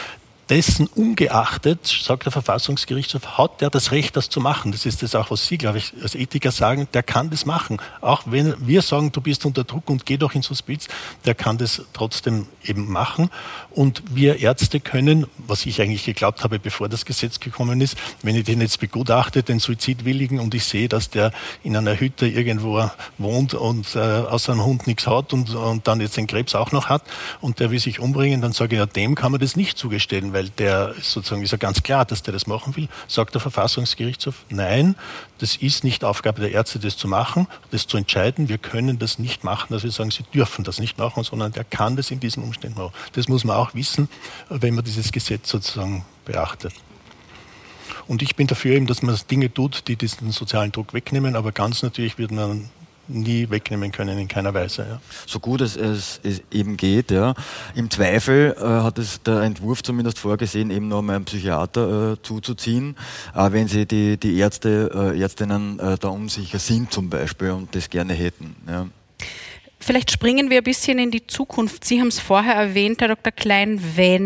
dessen ungeachtet, sagt der Verfassungsgerichtshof, hat der das Recht, das zu machen. Das ist das auch, was Sie, glaube ich, als Ethiker sagen, der kann das machen. Auch wenn wir sagen, du bist unter Druck und geh doch ins Hospiz, der kann das trotzdem eben machen. Und wir Ärzte können, was ich eigentlich geglaubt habe, bevor das Gesetz gekommen ist, wenn ich den jetzt begutachte, den Suizidwilligen, und ich sehe, dass der in einer Hütte irgendwo wohnt und aus seinem Hund nichts hat und dann jetzt den Krebs auch noch hat und der will sich umbringen, dann sage ich, ja, dem kann man das nicht zugestehen, weil der sozusagen ist ja ganz klar, dass der das machen will. Sagt der Verfassungsgerichtshof, nein, das ist nicht Aufgabe der Ärzte, das zu machen, das zu entscheiden. Wir können das nicht machen, dass wir sagen, sie dürfen das nicht machen, sondern der kann das in diesen Umständen machen. Das muss man auch wissen, wenn man dieses Gesetz sozusagen beachtet. Und ich bin dafür eben, dass man Dinge tut, die diesen sozialen Druck wegnehmen, aber ganz natürlich wird man nie wegnehmen können, in keiner Weise. Ja. So gut es eben geht. Ja. Im Zweifel hat es der Entwurf zumindest vorgesehen, eben noch einmal einen Psychiater zuzuziehen, wenn sie die Ärztinnen da unsicher sind zum Beispiel und das gerne hätten. Ja. Vielleicht springen wir ein bisschen in die Zukunft. Sie haben es vorher erwähnt, Herr Dr. Klein,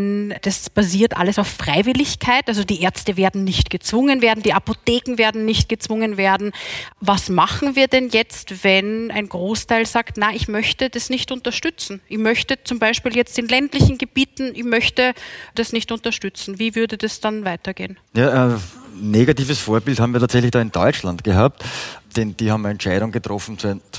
das basiert alles auf Freiwilligkeit. Also die Ärzte werden nicht gezwungen werden, die Apotheken werden nicht gezwungen werden. Was machen wir denn jetzt, wenn ein Großteil sagt, na, ich möchte das nicht unterstützen. Ich möchte zum Beispiel jetzt in ländlichen Gebieten, ich möchte das nicht unterstützen. Wie würde das dann weitergehen? Ja, negatives Vorbild haben wir tatsächlich da in Deutschland gehabt. Denn die haben eine Entscheidung getroffen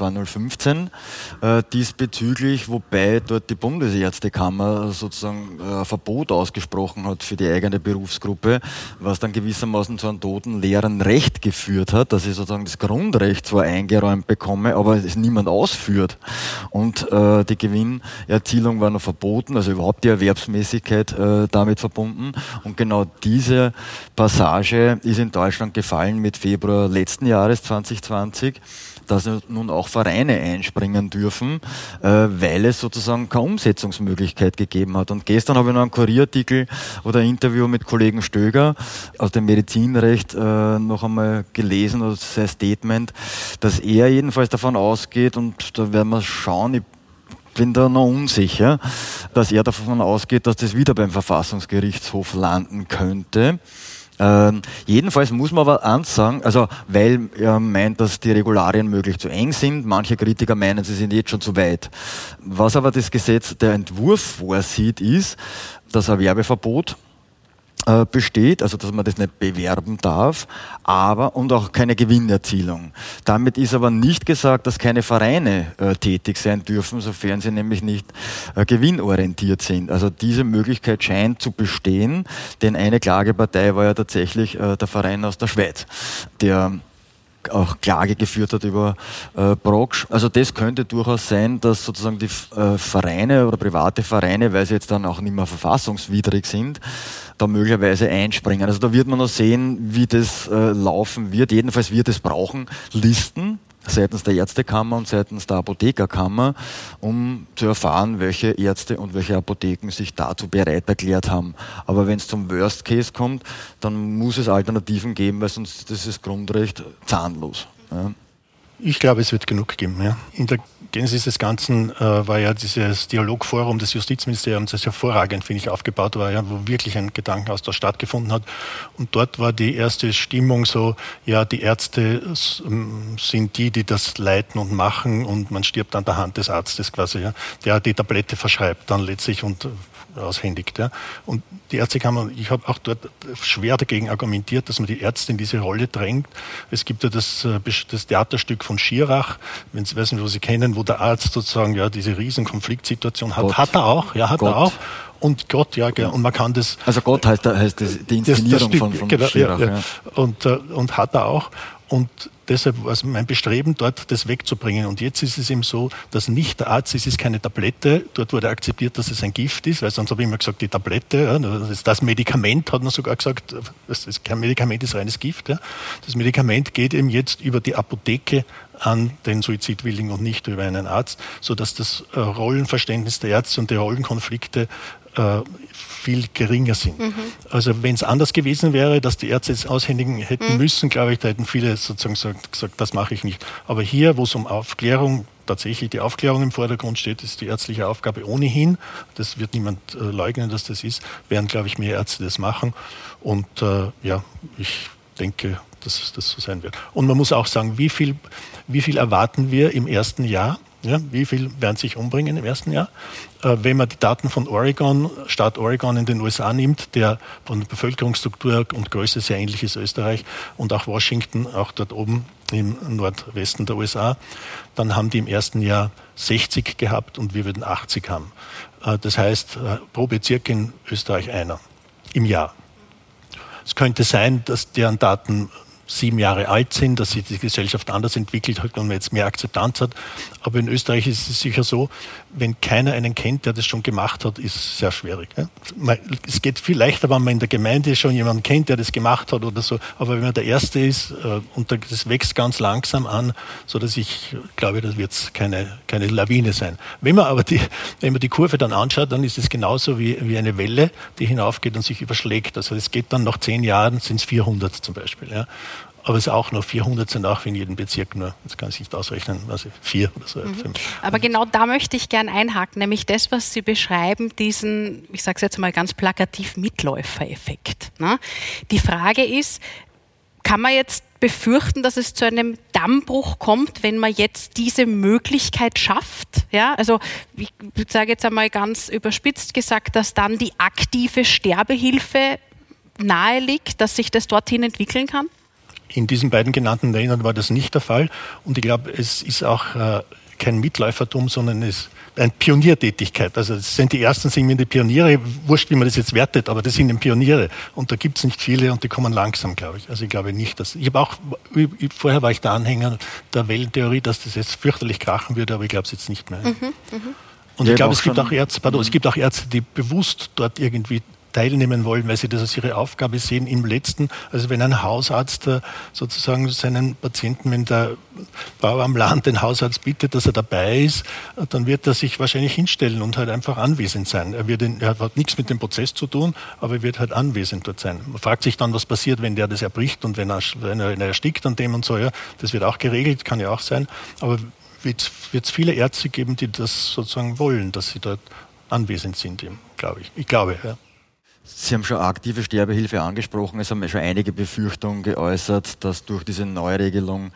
2015 diesbezüglich, wobei dort die Bundesärztekammer sozusagen ein Verbot ausgesprochen hat für die eigene Berufsgruppe, was dann gewissermaßen zu einem toten leeren Recht geführt hat, dass ich sozusagen das Grundrecht zwar eingeräumt bekomme, aber es niemand ausführt. Und die Gewinnerzielung war noch verboten, also überhaupt die Erwerbsmäßigkeit damit verbunden. Und genau diese Passage ist in Deutschland gefallen mit Februar letzten Jahres 2020, dass nun auch Vereine einspringen dürfen, weil es sozusagen keine Umsetzungsmöglichkeit gegeben hat. Und gestern habe ich noch einen Kurierartikel oder ein Interview mit Kollegen Stöger aus dem Medizinrecht noch einmal gelesen, oder sein Statement, dass er jedenfalls davon ausgeht, und da werden wir schauen, ich bin da noch unsicher, dass er davon ausgeht, dass das wieder beim Verfassungsgerichtshof landen könnte. Jedenfalls muss man aber eins sagen, also weil er meint, dass die Regularien möglich zu eng sind, manche Kritiker meinen, sie sind jetzt schon zu weit. Was aber das Gesetz, der Entwurf vorsieht, ist, dass ein Werbeverbot besteht, also dass man das nicht bewerben darf, und auch keine Gewinnerzielung. Damit ist aber nicht gesagt, dass keine Vereine tätig sein dürfen, sofern sie nämlich nicht gewinnorientiert sind. Also diese Möglichkeit scheint zu bestehen, denn eine Klagepartei war ja tatsächlich der Verein aus der Schweiz, der auch Klage geführt hat über Proksch. Also das könnte durchaus sein, dass sozusagen die Vereine oder private Vereine, weil sie jetzt dann auch nicht mehr verfassungswidrig sind, da möglicherweise einspringen. Also da wird man noch sehen, wie das laufen wird. Jedenfalls wird es brauchen Listen seitens der Ärztekammer und seitens der Apothekerkammer, um zu erfahren, welche Ärzte und welche Apotheken sich dazu bereit erklärt haben. Aber wenn es zum Worst Case kommt, dann muss es Alternativen geben, weil sonst ist das Grundrecht zahnlos. Ja. Ich glaube, es wird genug geben. Ja. In der Genesis des Ganzen war ja dieses Dialogforum des Justizministeriums, das hervorragend, finde ich, aufgebaut war, ja, wo wirklich ein Gedankenaustausch stattgefunden hat. Und dort war die erste Stimmung so, ja, die Ärzte sind die das leiten und machen, und man stirbt an der Hand des Arztes quasi, ja, der die Tablette verschreibt dann letztlich und aushändigt. Ja. Und die Ärztekammer, ich habe auch dort schwer dagegen argumentiert, dass man die Ärzte in diese Rolle drängt. Es gibt ja das Theaterstück von Schirach, wenn Sie wissen, wo Sie kennen, wo der Arzt sozusagen ja diese riesen Konfliktsituation hat. Gott. Hat er auch, ja, hat Gott. Er auch. Und Gott, ja, und man kann das... Also Gott heißt die Inszenierung das von genau, Schirach. Ja. Und hat er auch. Und deshalb war also mein Bestreben, dort das wegzubringen. Und jetzt ist es eben so, dass nicht der Arzt ist, es ist keine Tablette. Dort wurde akzeptiert, dass es ein Gift ist, weil sonst habe ich immer gesagt, die Tablette, ja, das Medikament, hat man sogar gesagt, das ist kein Medikament, das ist reines Gift. Ja. Das Medikament geht eben jetzt über die Apotheke an den Suizidwilligen und nicht über einen Arzt, sodass das Rollenverständnis der Ärzte und die Rollenkonflikte viel geringer sind. Mhm. Also wenn es anders gewesen wäre, dass die Ärzte es aushändigen hätten müssen, glaube ich, da hätten viele sozusagen gesagt, das mache ich nicht. Aber hier, wo es um Aufklärung tatsächlich die Aufklärung im Vordergrund steht, das ist die ärztliche Aufgabe ohnehin. Das wird niemand leugnen, dass das ist. Werden, glaube ich, mehr Ärzte das machen. Und ich denke, dass das so sein wird. Und man muss auch sagen, wie viel erwarten wir im ersten Jahr? Ja, wie viel werden sich umbringen im ersten Jahr? Wenn man die Daten von Staat Oregon in den USA nimmt, der von der Bevölkerungsstruktur und Größe sehr ähnlich ist Österreich, und auch Washington, auch dort oben im Nordwesten der USA, dann haben die im ersten Jahr 60 gehabt und wir würden 80 haben. Das heißt, pro Bezirk in Österreich einer im Jahr. Es könnte sein, dass deren Daten 7 Jahre alt sind, dass sich die Gesellschaft anders entwickelt hat und man jetzt mehr Akzeptanz hat. Aber in Österreich ist es sicher so, wenn keiner einen kennt, der das schon gemacht hat, ist es sehr schwierig. Ja? Es geht viel leichter, wenn man in der Gemeinde schon jemanden kennt, der das gemacht hat oder so. Aber wenn man der Erste ist und das wächst ganz langsam an, sodass ich glaube, das wird keine Lawine sein. Wenn man die Kurve dann anschaut, dann ist es genauso wie eine Welle, die hinaufgeht und sich überschlägt. Also es geht dann nach 10 Jahren, sind es 400 zum Beispiel. Ja? Aber es auch noch 400 sind auch in jedem Bezirk nur. Das kann ich nicht ausrechnen, also 4 oder so. 5. Aber genau da möchte ich gern einhaken, nämlich das, was Sie beschreiben, diesen, ich sage es jetzt mal ganz plakativ, Mitläufereffekt. Ne? Die Frage ist, kann man jetzt befürchten, dass es zu einem Dammbruch kommt, wenn man jetzt diese Möglichkeit schafft? Ja, also ich sage jetzt einmal ganz überspitzt gesagt, dass dann die aktive Sterbehilfe nahe liegt, dass sich das dorthin entwickeln kann? In diesen beiden genannten Ländern war das nicht der Fall. Und ich glaube, es ist auch kein Mitläufertum, sondern es ist eine Pioniertätigkeit. Also das sind die ersten, sind die Pioniere. Wurscht, wie man das jetzt wertet, aber das sind die Pioniere. Und da gibt es nicht viele und die kommen langsam, glaube ich. Also ich glaube nicht, dass... Vorher war ich der Anhänger der Wellentheorie, dass das jetzt fürchterlich krachen würde, aber ich glaube es jetzt nicht mehr. Und ich glaube, es gibt auch Ärzte, die bewusst dort irgendwie teilnehmen wollen, weil sie das als ihre Aufgabe sehen im letzten. Also wenn ein Hausarzt sozusagen seinen Patienten, wenn der Bauer am Land den Hausarzt bittet, dass er dabei ist, dann wird er sich wahrscheinlich hinstellen und halt einfach anwesend sein. Er hat nichts mit dem Prozess zu tun, aber er wird halt anwesend dort sein. Man fragt sich dann, was passiert, wenn der das erbricht und wenn er erstickt an dem und so. Ja, das wird auch geregelt, kann ja auch sein. Aber wird es viele Ärzte geben, die das sozusagen wollen, dass sie dort anwesend sind, glaube ich. Ich glaube, ja. Sie haben schon aktive Sterbehilfe angesprochen. Es haben schon einige Befürchtungen geäußert, dass durch diese Neuregelung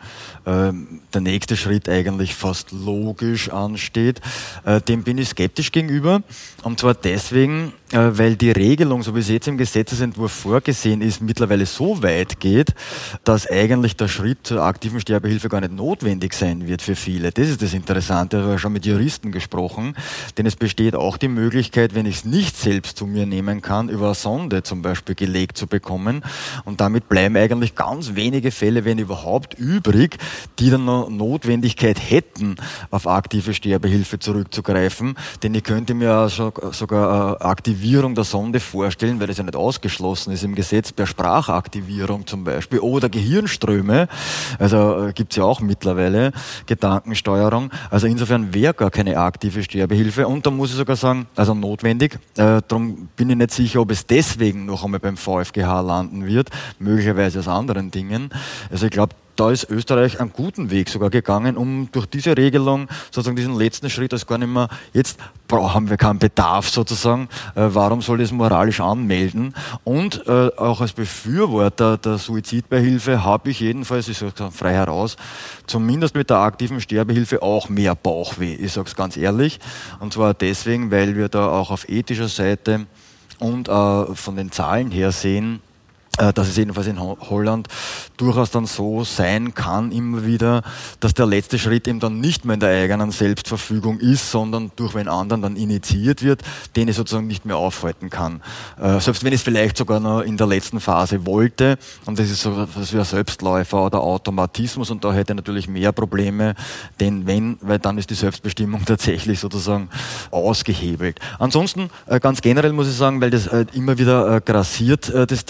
der nächste Schritt eigentlich fast logisch ansteht. Dem bin ich skeptisch gegenüber. Und zwar deswegen, weil die Regelung, so wie sie jetzt im Gesetzesentwurf vorgesehen ist, mittlerweile so weit geht, dass eigentlich der Schritt zur aktiven Sterbehilfe gar nicht notwendig sein wird für viele. Das ist das Interessante. Ich habe schon mit Juristen gesprochen, denn es besteht auch die Möglichkeit, wenn ich es nicht selbst zu mir nehmen kann, über eine Sonde zum Beispiel gelegt zu bekommen. Und damit bleiben eigentlich ganz wenige Fälle, wenn überhaupt, übrig, die dann noch Notwendigkeit hätten, auf aktive Sterbehilfe zurückzugreifen. Denn ich könnte mir also sogar Aktivierung der Sonde vorstellen, weil das ja nicht ausgeschlossen ist im Gesetz, per Sprachaktivierung zum Beispiel oder Gehirnströme. Also gibt es ja auch mittlerweile Gedankensteuerung. Also insofern wäre gar keine aktive Sterbehilfe. Und da muss ich sogar sagen, also notwendig. Darum bin ich nicht sicher, ob es deswegen noch einmal beim VfGH landen wird, möglicherweise aus anderen Dingen. Also ich glaube, da ist Österreich einen guten Weg sogar gegangen, um durch diese Regelung sozusagen diesen letzten Schritt als gar nicht mehr, jetzt haben wir keinen Bedarf sozusagen, warum soll ich es moralisch anmelden? Und auch als Befürworter der Suizidbeihilfe habe ich jedenfalls, ich sage es frei heraus, zumindest mit der aktiven Sterbehilfe auch mehr Bauchweh. Ich sage es ganz ehrlich. Und zwar deswegen, weil wir da auch auf ethischer Seite und von den Zahlen her sehen, dass es jedenfalls in Holland durchaus dann so sein kann, immer wieder, dass der letzte Schritt eben dann nicht mehr in der eigenen Selbstverfügung ist, sondern durch einen anderen dann initiiert wird, den ich sozusagen nicht mehr aufhalten kann. Selbst wenn ich es vielleicht sogar noch in der letzten Phase wollte, und das ist so etwas wie ein Selbstläufer oder Automatismus, und da hätte ich natürlich mehr Probleme, weil dann ist die Selbstbestimmung tatsächlich sozusagen ausgehebelt. Ansonsten, ganz generell muss ich sagen, weil das immer wieder grassiert, das Thema,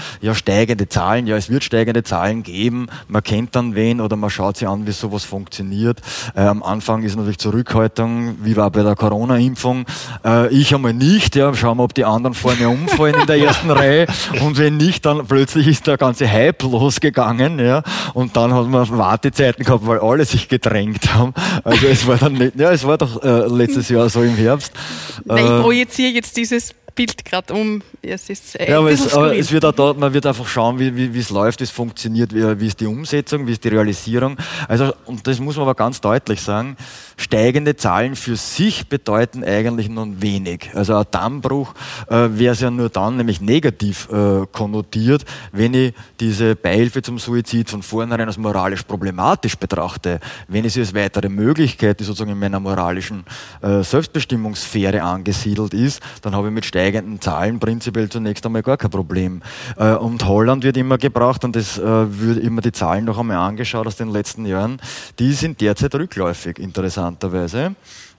ja, steigende Zahlen, ja, es wird steigende Zahlen geben, man kennt dann wen oder man schaut sich an, wie sowas funktioniert. Am Anfang ist natürlich Zurückhaltung, wie war bei der Corona-Impfung. Ich einmal nicht, ja, schauen wir, ob die anderen vor mir umfallen in der ersten Reihe, und wenn nicht, dann plötzlich ist der ganze Hype losgegangen, ja, und dann hat man Wartezeiten gehabt, weil alle sich gedrängt haben. Also es war dann nicht, ja, es war doch letztes Jahr so im Herbst. Ich projiziere jetzt dieses Bild gerade um. Es ist ja, aber es wird auch da, man wird einfach schauen, wie es läuft, wie es funktioniert, wie ist die Umsetzung, wie ist die Realisierung. Also, und das muss man aber ganz deutlich sagen, steigende Zahlen für sich bedeuten eigentlich nun wenig. Also ein Dammbruch wäre es ja nur dann, nämlich negativ konnotiert, wenn ich diese Beihilfe zum Suizid von vornherein als moralisch problematisch betrachte, wenn ich sie als weitere Möglichkeit, die sozusagen in meiner moralischen Selbstbestimmungssphäre angesiedelt ist, dann habe ich mit steigenden Zahlen prinzipiell zunächst einmal gar kein Problem. Und Holland wird immer gebracht, und das wird immer die Zahlen noch einmal angeschaut aus den letzten Jahren, die sind derzeit rückläufig, interessanterweise.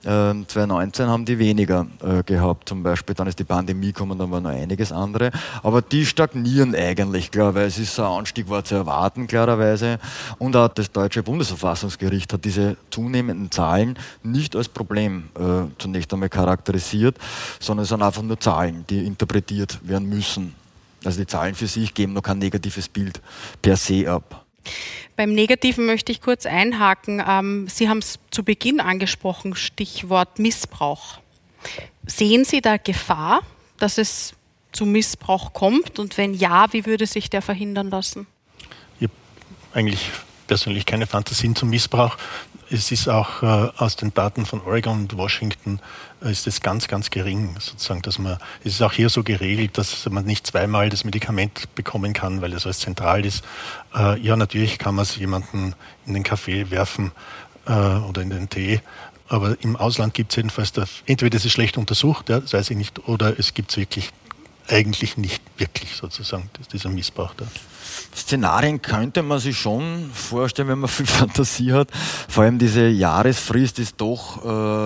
2019 haben die weniger gehabt, zum Beispiel, dann ist die Pandemie gekommen, dann war noch einiges andere, aber die stagnieren eigentlich, klar, weil es ist so ein Anstieg war zu erwarten, klarerweise, und auch das deutsche Bundesverfassungsgericht hat diese zunehmenden Zahlen nicht als Problem zunächst einmal charakterisiert, sondern es sind einfach nur Zahlen, die interpretiert werden müssen. Also die Zahlen für sich geben noch kein negatives Bild per se ab. Beim Negativen möchte ich kurz einhaken. Sie haben es zu Beginn angesprochen, Stichwort Missbrauch. Sehen Sie da Gefahr, dass es zu Missbrauch kommt? Und wenn ja, wie würde sich der verhindern lassen? Ich habe eigentlich persönlich keine Fantasien zum Missbrauch. Es ist auch aus den Daten von Oregon und Washington ist es ganz, ganz gering, sozusagen, dass man, es ist auch hier so geregelt, dass man nicht zweimal das Medikament bekommen kann, weil es alles zentral ist. Ja, natürlich kann man es jemanden in den Kaffee werfen oder in den Tee, aber im Ausland gibt es jedenfalls, entweder ist es schlecht untersucht, ja, das weiß ich nicht, oder es gibt es wirklich eigentlich nicht wirklich sozusagen, dieser Missbrauch da. Szenarien könnte man sich schon vorstellen, wenn man viel Fantasie hat. Vor allem diese Jahresfrist ist doch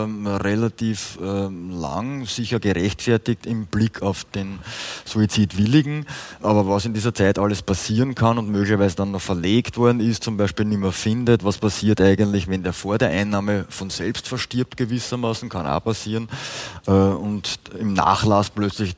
relativ lang, sicher gerechtfertigt im Blick auf den Suizidwilligen. Aber was in dieser Zeit alles passieren kann und möglicherweise dann noch verlegt worden ist, zum Beispiel nicht mehr findet, was passiert eigentlich, wenn der vor der Einnahme von selbst verstirbt gewissermaßen, kann auch passieren. Und im Nachlass plötzlich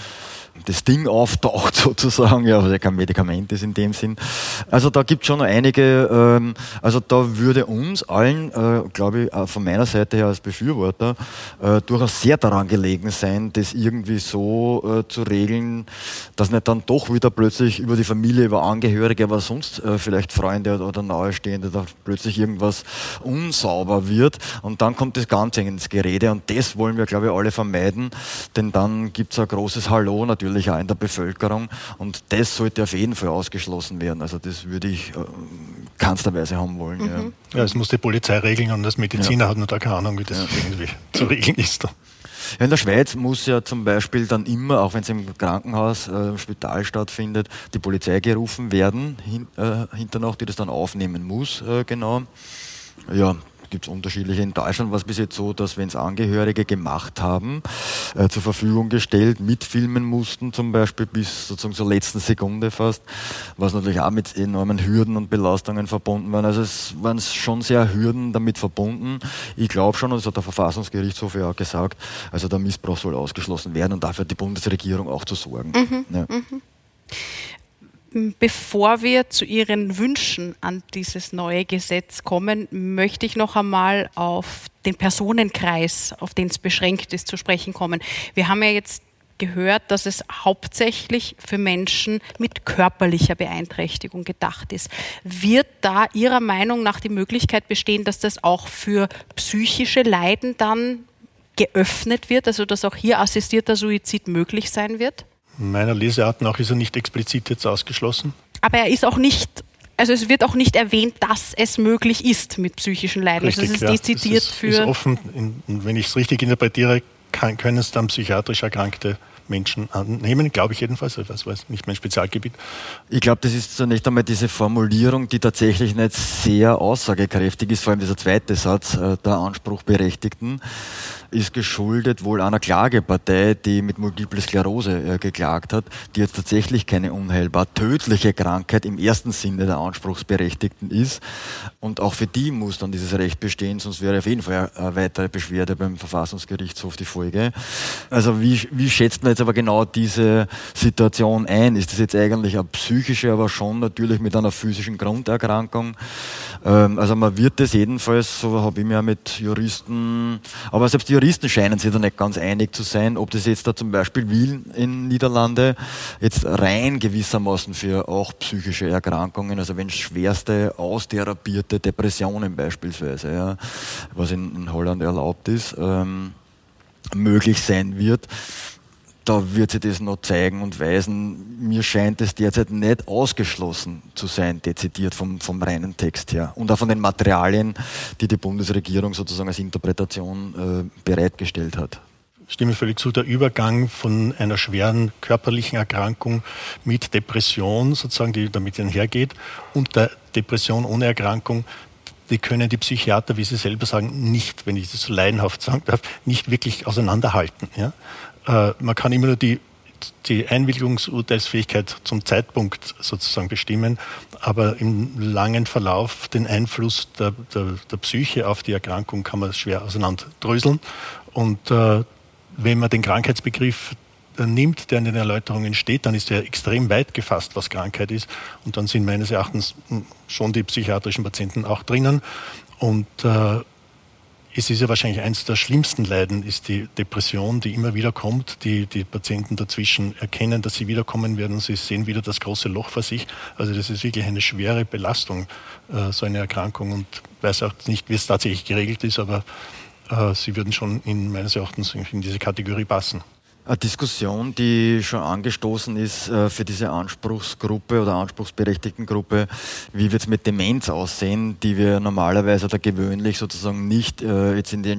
das Ding auftaucht sozusagen, ja, was ja kein Medikament ist in dem Sinn. Also da gibt es schon noch einige, also da würde uns allen, glaube ich, von meiner Seite her als Befürworter, durchaus sehr daran gelegen sein, das irgendwie so zu regeln, dass nicht dann doch wieder plötzlich über die Familie, über Angehörige, aber sonst vielleicht Freunde oder Nahestehende, da plötzlich irgendwas unsauber wird und dann kommt das Ganze ins Gerede und das wollen wir, glaube ich, alle vermeiden, denn dann gibt es ein großes Hallo natürlich auch in der Bevölkerung und das sollte auf jeden Fall ausgeschlossen werden. Also das würde ich keinsterweise haben wollen. Mhm. Ja, es muss die Polizei regeln und als Mediziner hat man da keine Ahnung, wie das irgendwie zu regeln ist. In der Schweiz muss ja zum Beispiel dann immer, auch wenn es im Krankenhaus, im Spital stattfindet, die Polizei gerufen werden, hinterher, die das dann aufnehmen muss, genau. Ja, gibt es unterschiedliche. In Deutschland war es bis jetzt so, dass wenn es Angehörige gemacht haben, zur Verfügung gestellt, mitfilmen mussten, zum Beispiel bis sozusagen zur letzten Sekunde fast, was natürlich auch mit enormen Hürden und Belastungen verbunden waren. Also es waren schon sehr Hürden damit verbunden. Ich glaube schon, und das hat der Verfassungsgerichtshof ja auch gesagt, also der Missbrauch soll ausgeschlossen werden und dafür hat die Bundesregierung auch zu sorgen. Ja. Bevor wir zu Ihren Wünschen an dieses neue Gesetz kommen, möchte ich noch einmal auf den Personenkreis, auf den es beschränkt ist, zu sprechen kommen. Wir haben ja jetzt gehört, dass es hauptsächlich für Menschen mit körperlicher Beeinträchtigung gedacht ist. Wird da Ihrer Meinung nach die Möglichkeit bestehen, dass das auch für psychische Leiden dann geöffnet wird, also dass auch hier assistierter Suizid möglich sein wird? Meiner Leseart nach ist er nicht explizit jetzt ausgeschlossen. Aber er ist auch nicht, also es wird auch nicht erwähnt, dass es möglich ist mit psychischen Leiden. Richtig, also es ist dezidiert ist offen, wenn ich es richtig interpretiere, können es dann psychiatrisch Erkrankte Menschen annehmen, glaube ich jedenfalls, das war nicht mein Spezialgebiet. Ich glaube, das ist zunächst einmal diese Formulierung, die tatsächlich nicht sehr aussagekräftig ist, vor allem dieser zweite Satz, der Anspruchberechtigten, ist geschuldet wohl einer Klagepartei, die mit Multiple Sklerose geklagt hat, die jetzt tatsächlich keine unheilbar tödliche Krankheit im ersten Sinne der Anspruchsberechtigten ist. Und auch für die muss dann dieses Recht bestehen, sonst wäre auf jeden Fall eine weitere Beschwerde beim Verfassungsgerichtshof die Folge. Also wie schätzt man jetzt aber genau diese Situation ein? Ist das jetzt eigentlich eine psychische, aber schon natürlich mit einer physischen Grunderkrankung? Also man wird das jedenfalls, so habe ich mir mit Juristen, aber selbst die Juristen scheinen sich da nicht ganz einig zu sein, ob das jetzt da zum Beispiel Wien in Niederlande jetzt rein gewissermaßen für auch psychische Erkrankungen, also wenn schwerste austherapierte Depressionen beispielsweise, ja, was in Holland erlaubt ist, möglich sein wird. Da wird sich das noch zeigen und weisen. Mir scheint es derzeit nicht ausgeschlossen zu sein, dezidiert vom reinen Text her. Und auch von den Materialien, die die Bundesregierung sozusagen als Interpretation bereitgestellt hat. Ich stimme völlig zu, der Übergang von einer schweren körperlichen Erkrankung mit Depression, sozusagen, die damit einhergeht, und der Depression ohne Erkrankung, die können die Psychiater, wie Sie selber sagen, nicht, wenn ich das so laienhaft sagen darf, nicht wirklich auseinanderhalten. Ja? Man kann immer nur die Einwilligungsurteilsfähigkeit zum Zeitpunkt sozusagen bestimmen, aber im langen Verlauf den Einfluss der Psyche auf die Erkrankung kann man schwer auseinanderdröseln. Und wenn man den Krankheitsbegriff nimmt, der in den Erläuterungen steht, dann ist er extrem weit gefasst, was Krankheit ist. Und dann sind meines Erachtens schon die psychiatrischen Patienten auch drinnen. Und es ist ja wahrscheinlich eines der schlimmsten Leiden, ist die Depression, die immer wieder kommt. Die Patienten dazwischen erkennen, dass sie wiederkommen werden und sie sehen wieder das große Loch vor sich. Also das ist wirklich eine schwere Belastung, so eine Erkrankung. Und ich weiß auch nicht, wie es tatsächlich geregelt ist, aber sie würden schon meines Erachtens in diese Kategorie passen. Eine Diskussion, die schon angestoßen ist für diese Anspruchsgruppe oder Anspruchsberechtigtengruppe, wie wird es mit Demenz aussehen, die wir normalerweise oder gewöhnlich sozusagen nicht jetzt in die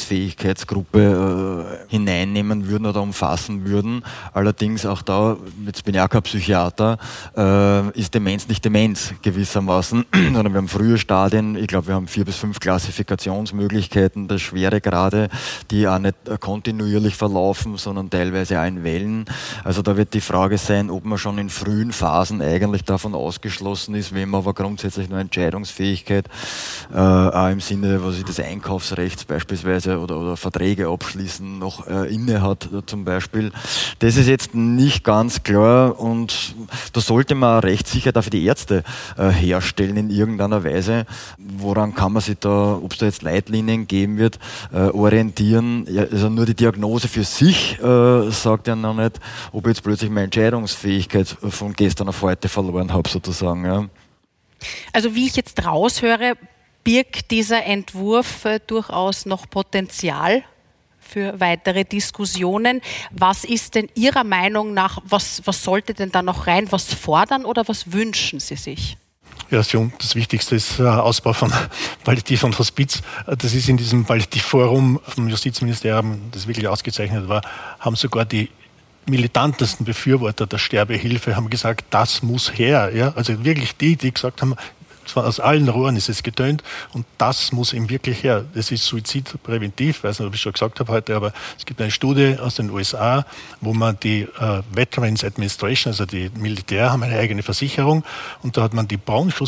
Entscheidungsfähigkeitsgruppe hineinnehmen würden oder umfassen würden. Allerdings auch da, jetzt bin ich auch kein Psychiater, ist Demenz nicht Demenz gewissermaßen, sondern wir haben frühe Stadien, ich glaube wir haben 4 bis 5 Klassifikationsmöglichkeiten der Schweregrade, die auch nicht kontinuierlich verlaufen, sondern teilweise auch in Wellen. Also da wird die Frage sein, ob man schon in frühen Phasen eigentlich davon ausgeschlossen ist, wenn man aber grundsätzlich nur Entscheidungsfähigkeit, auch im Sinne des Einkaufsrechts beispielsweise oder Verträge abschließen noch inne hat zum Beispiel. Das ist jetzt nicht ganz klar und da sollte man Rechtssicherheit auch für die Ärzte herstellen in irgendeiner Weise. Woran kann man sich da, ob es da jetzt Leitlinien geben wird, orientieren? Ja, also nur die Diagnose für sich sagt ja noch nicht, ob ich jetzt plötzlich meine Entscheidungsfähigkeit von gestern auf heute verloren habe, sozusagen. Ja. Also wie ich jetzt raushöre, birgt dieser Entwurf durchaus noch Potenzial für weitere Diskussionen. Was ist denn Ihrer Meinung nach, was sollte denn da noch rein? Was fordern oder was wünschen Sie sich? Ja, das Wichtigste ist Ausbau von Palliativ und Hospiz. Das ist in diesem Palliativforum vom Justizministerium, das wirklich ausgezeichnet war, haben sogar die militantesten Befürworter der Sterbehilfe haben gesagt, das muss her. Ja? Also wirklich die gesagt haben, zwar aus allen Rohren ist es getönt und das muss ihm wirklich her. Das ist suizidpräventiv, ich weiß nicht, ob ich schon gesagt habe heute, aber es gibt eine Studie aus den USA, wo man die Veterans Administration, also die Militär, haben eine eigene Versicherung und da hat man die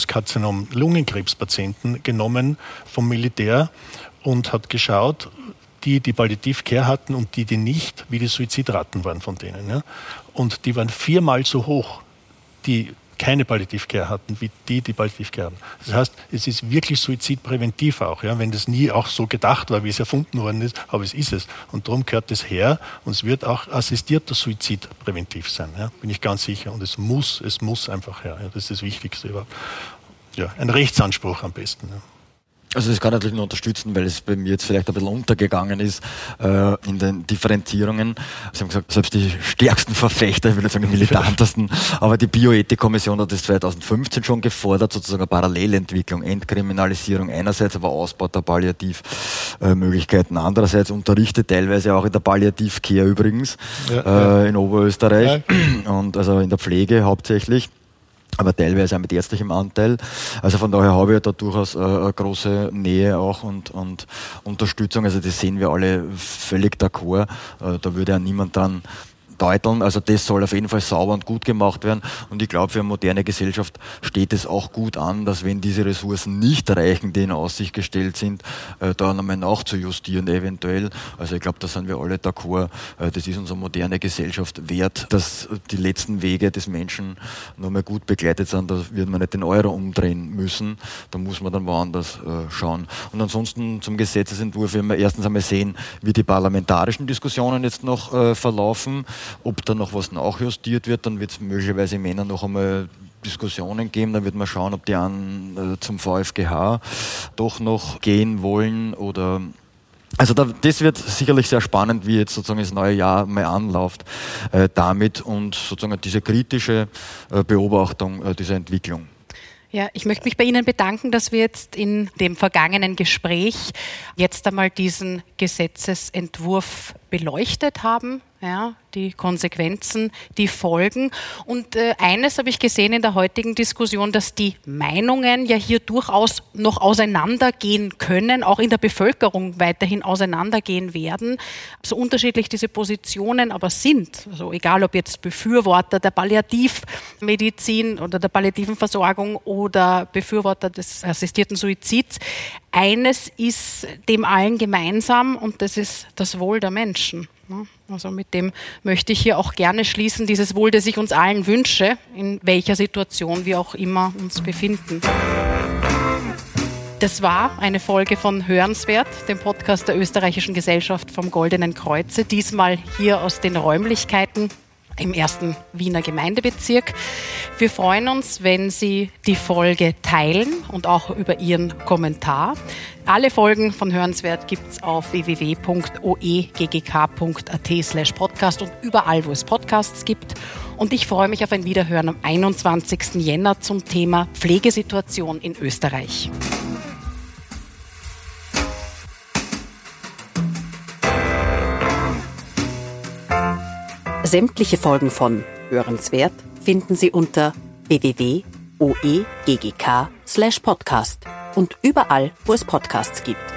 Bronchuskarzinom-Lungenkrebspatienten genommen vom Militär und hat geschaut, die Palliativ-Care hatten und die nicht, wie die Suizidraten waren von denen. Ja? Und die waren 4-mal so hoch, die keine Palliativ-Care hatten, wie die Palliativ-Care hatten. Das heißt, es ist wirklich suizidpräventiv auch, ja, wenn das nie auch so gedacht war, wie es erfunden worden ist, aber es ist es. Und darum gehört es her und es wird auch assistierter Suizid präventiv sein, ja, bin ich ganz sicher. Und es muss einfach her, ja, das ist das Wichtigste überhaupt. Ja, ein Rechtsanspruch am besten. Ja. Also das kann ich natürlich nur unterstützen, weil es bei mir jetzt vielleicht ein bisschen untergegangen ist in den Differenzierungen. Sie haben gesagt, selbst die stärksten Verfechter, ich will nicht sagen die militantesten, aber die Bioethikkommission hat das 2015 schon gefordert, sozusagen eine Parallelentwicklung, Entkriminalisierung einerseits, aber Ausbau der Palliativmöglichkeiten andererseits, unterrichtet teilweise auch in der Palliativcare übrigens, in Oberösterreich und also in der Pflege hauptsächlich. Aber teilweise auch mit ärztlichem Anteil. Also von daher habe ich da durchaus eine große Nähe auch und Unterstützung. Also das sehen wir alle völlig d'accord. Da würde ja niemand dran deuteln. Also das soll auf jeden Fall sauber und gut gemacht werden. Und ich glaube, für eine moderne Gesellschaft steht es auch gut an, dass wenn diese Ressourcen nicht reichen, die in Aussicht gestellt sind, da nochmal nachzujustieren eventuell. Also ich glaube, da sind wir alle d'accord. Das ist unsere moderne Gesellschaft wert, dass die letzten Wege des Menschen nochmal gut begleitet sind. Da wird man nicht den Euro umdrehen müssen. Da muss man dann woanders schauen. Und ansonsten zum Gesetzesentwurf werden wir erstens einmal sehen, wie die parlamentarischen Diskussionen jetzt noch verlaufen. Ob da noch was nachjustiert wird, dann wird es möglicherweise im Männer noch einmal Diskussionen geben, dann wird man schauen, ob die zum VfGH doch noch gehen wollen oder... Also das wird sicherlich sehr spannend, wie jetzt sozusagen das neue Jahr mal anläuft damit und sozusagen diese kritische Beobachtung dieser Entwicklung. Ja, ich möchte mich bei Ihnen bedanken, dass wir jetzt in dem vergangenen Gespräch jetzt einmal diesen Gesetzesentwurf beleuchtet haben, ja, die Konsequenzen, die Folgen. Und eines habe ich gesehen in der heutigen Diskussion, dass die Meinungen ja hier durchaus noch auseinandergehen können, auch in der Bevölkerung weiterhin auseinandergehen werden. So unterschiedlich diese Positionen aber sind, also egal ob jetzt Befürworter der Palliativmedizin oder der palliativen Versorgung oder Befürworter des assistierten Suizids, eines ist dem allen gemeinsam und das ist das Wohl der Menschen. Also mit dem möchte ich hier auch gerne schließen, dieses Wohl, das ich uns allen wünsche, in welcher Situation wir auch immer uns befinden. Das war eine Folge von Hörenswert, dem Podcast der Österreichischen Gesellschaft vom Goldenen Kreuze, diesmal hier aus den Räumlichkeiten im 1. Wiener Gemeindebezirk. Wir freuen uns, wenn Sie die Folge teilen und auch über Ihren Kommentar. Alle Folgen von Hörenswert gibt es auf www.oeggk.at/podcast und überall, wo es Podcasts gibt. Und ich freue mich auf ein Wiederhören am 21. Jänner zum Thema Pflegesituation in Österreich. Sämtliche Folgen von Hörenswert finden Sie unter www.oeggk.at/podcast und überall, wo es Podcasts gibt.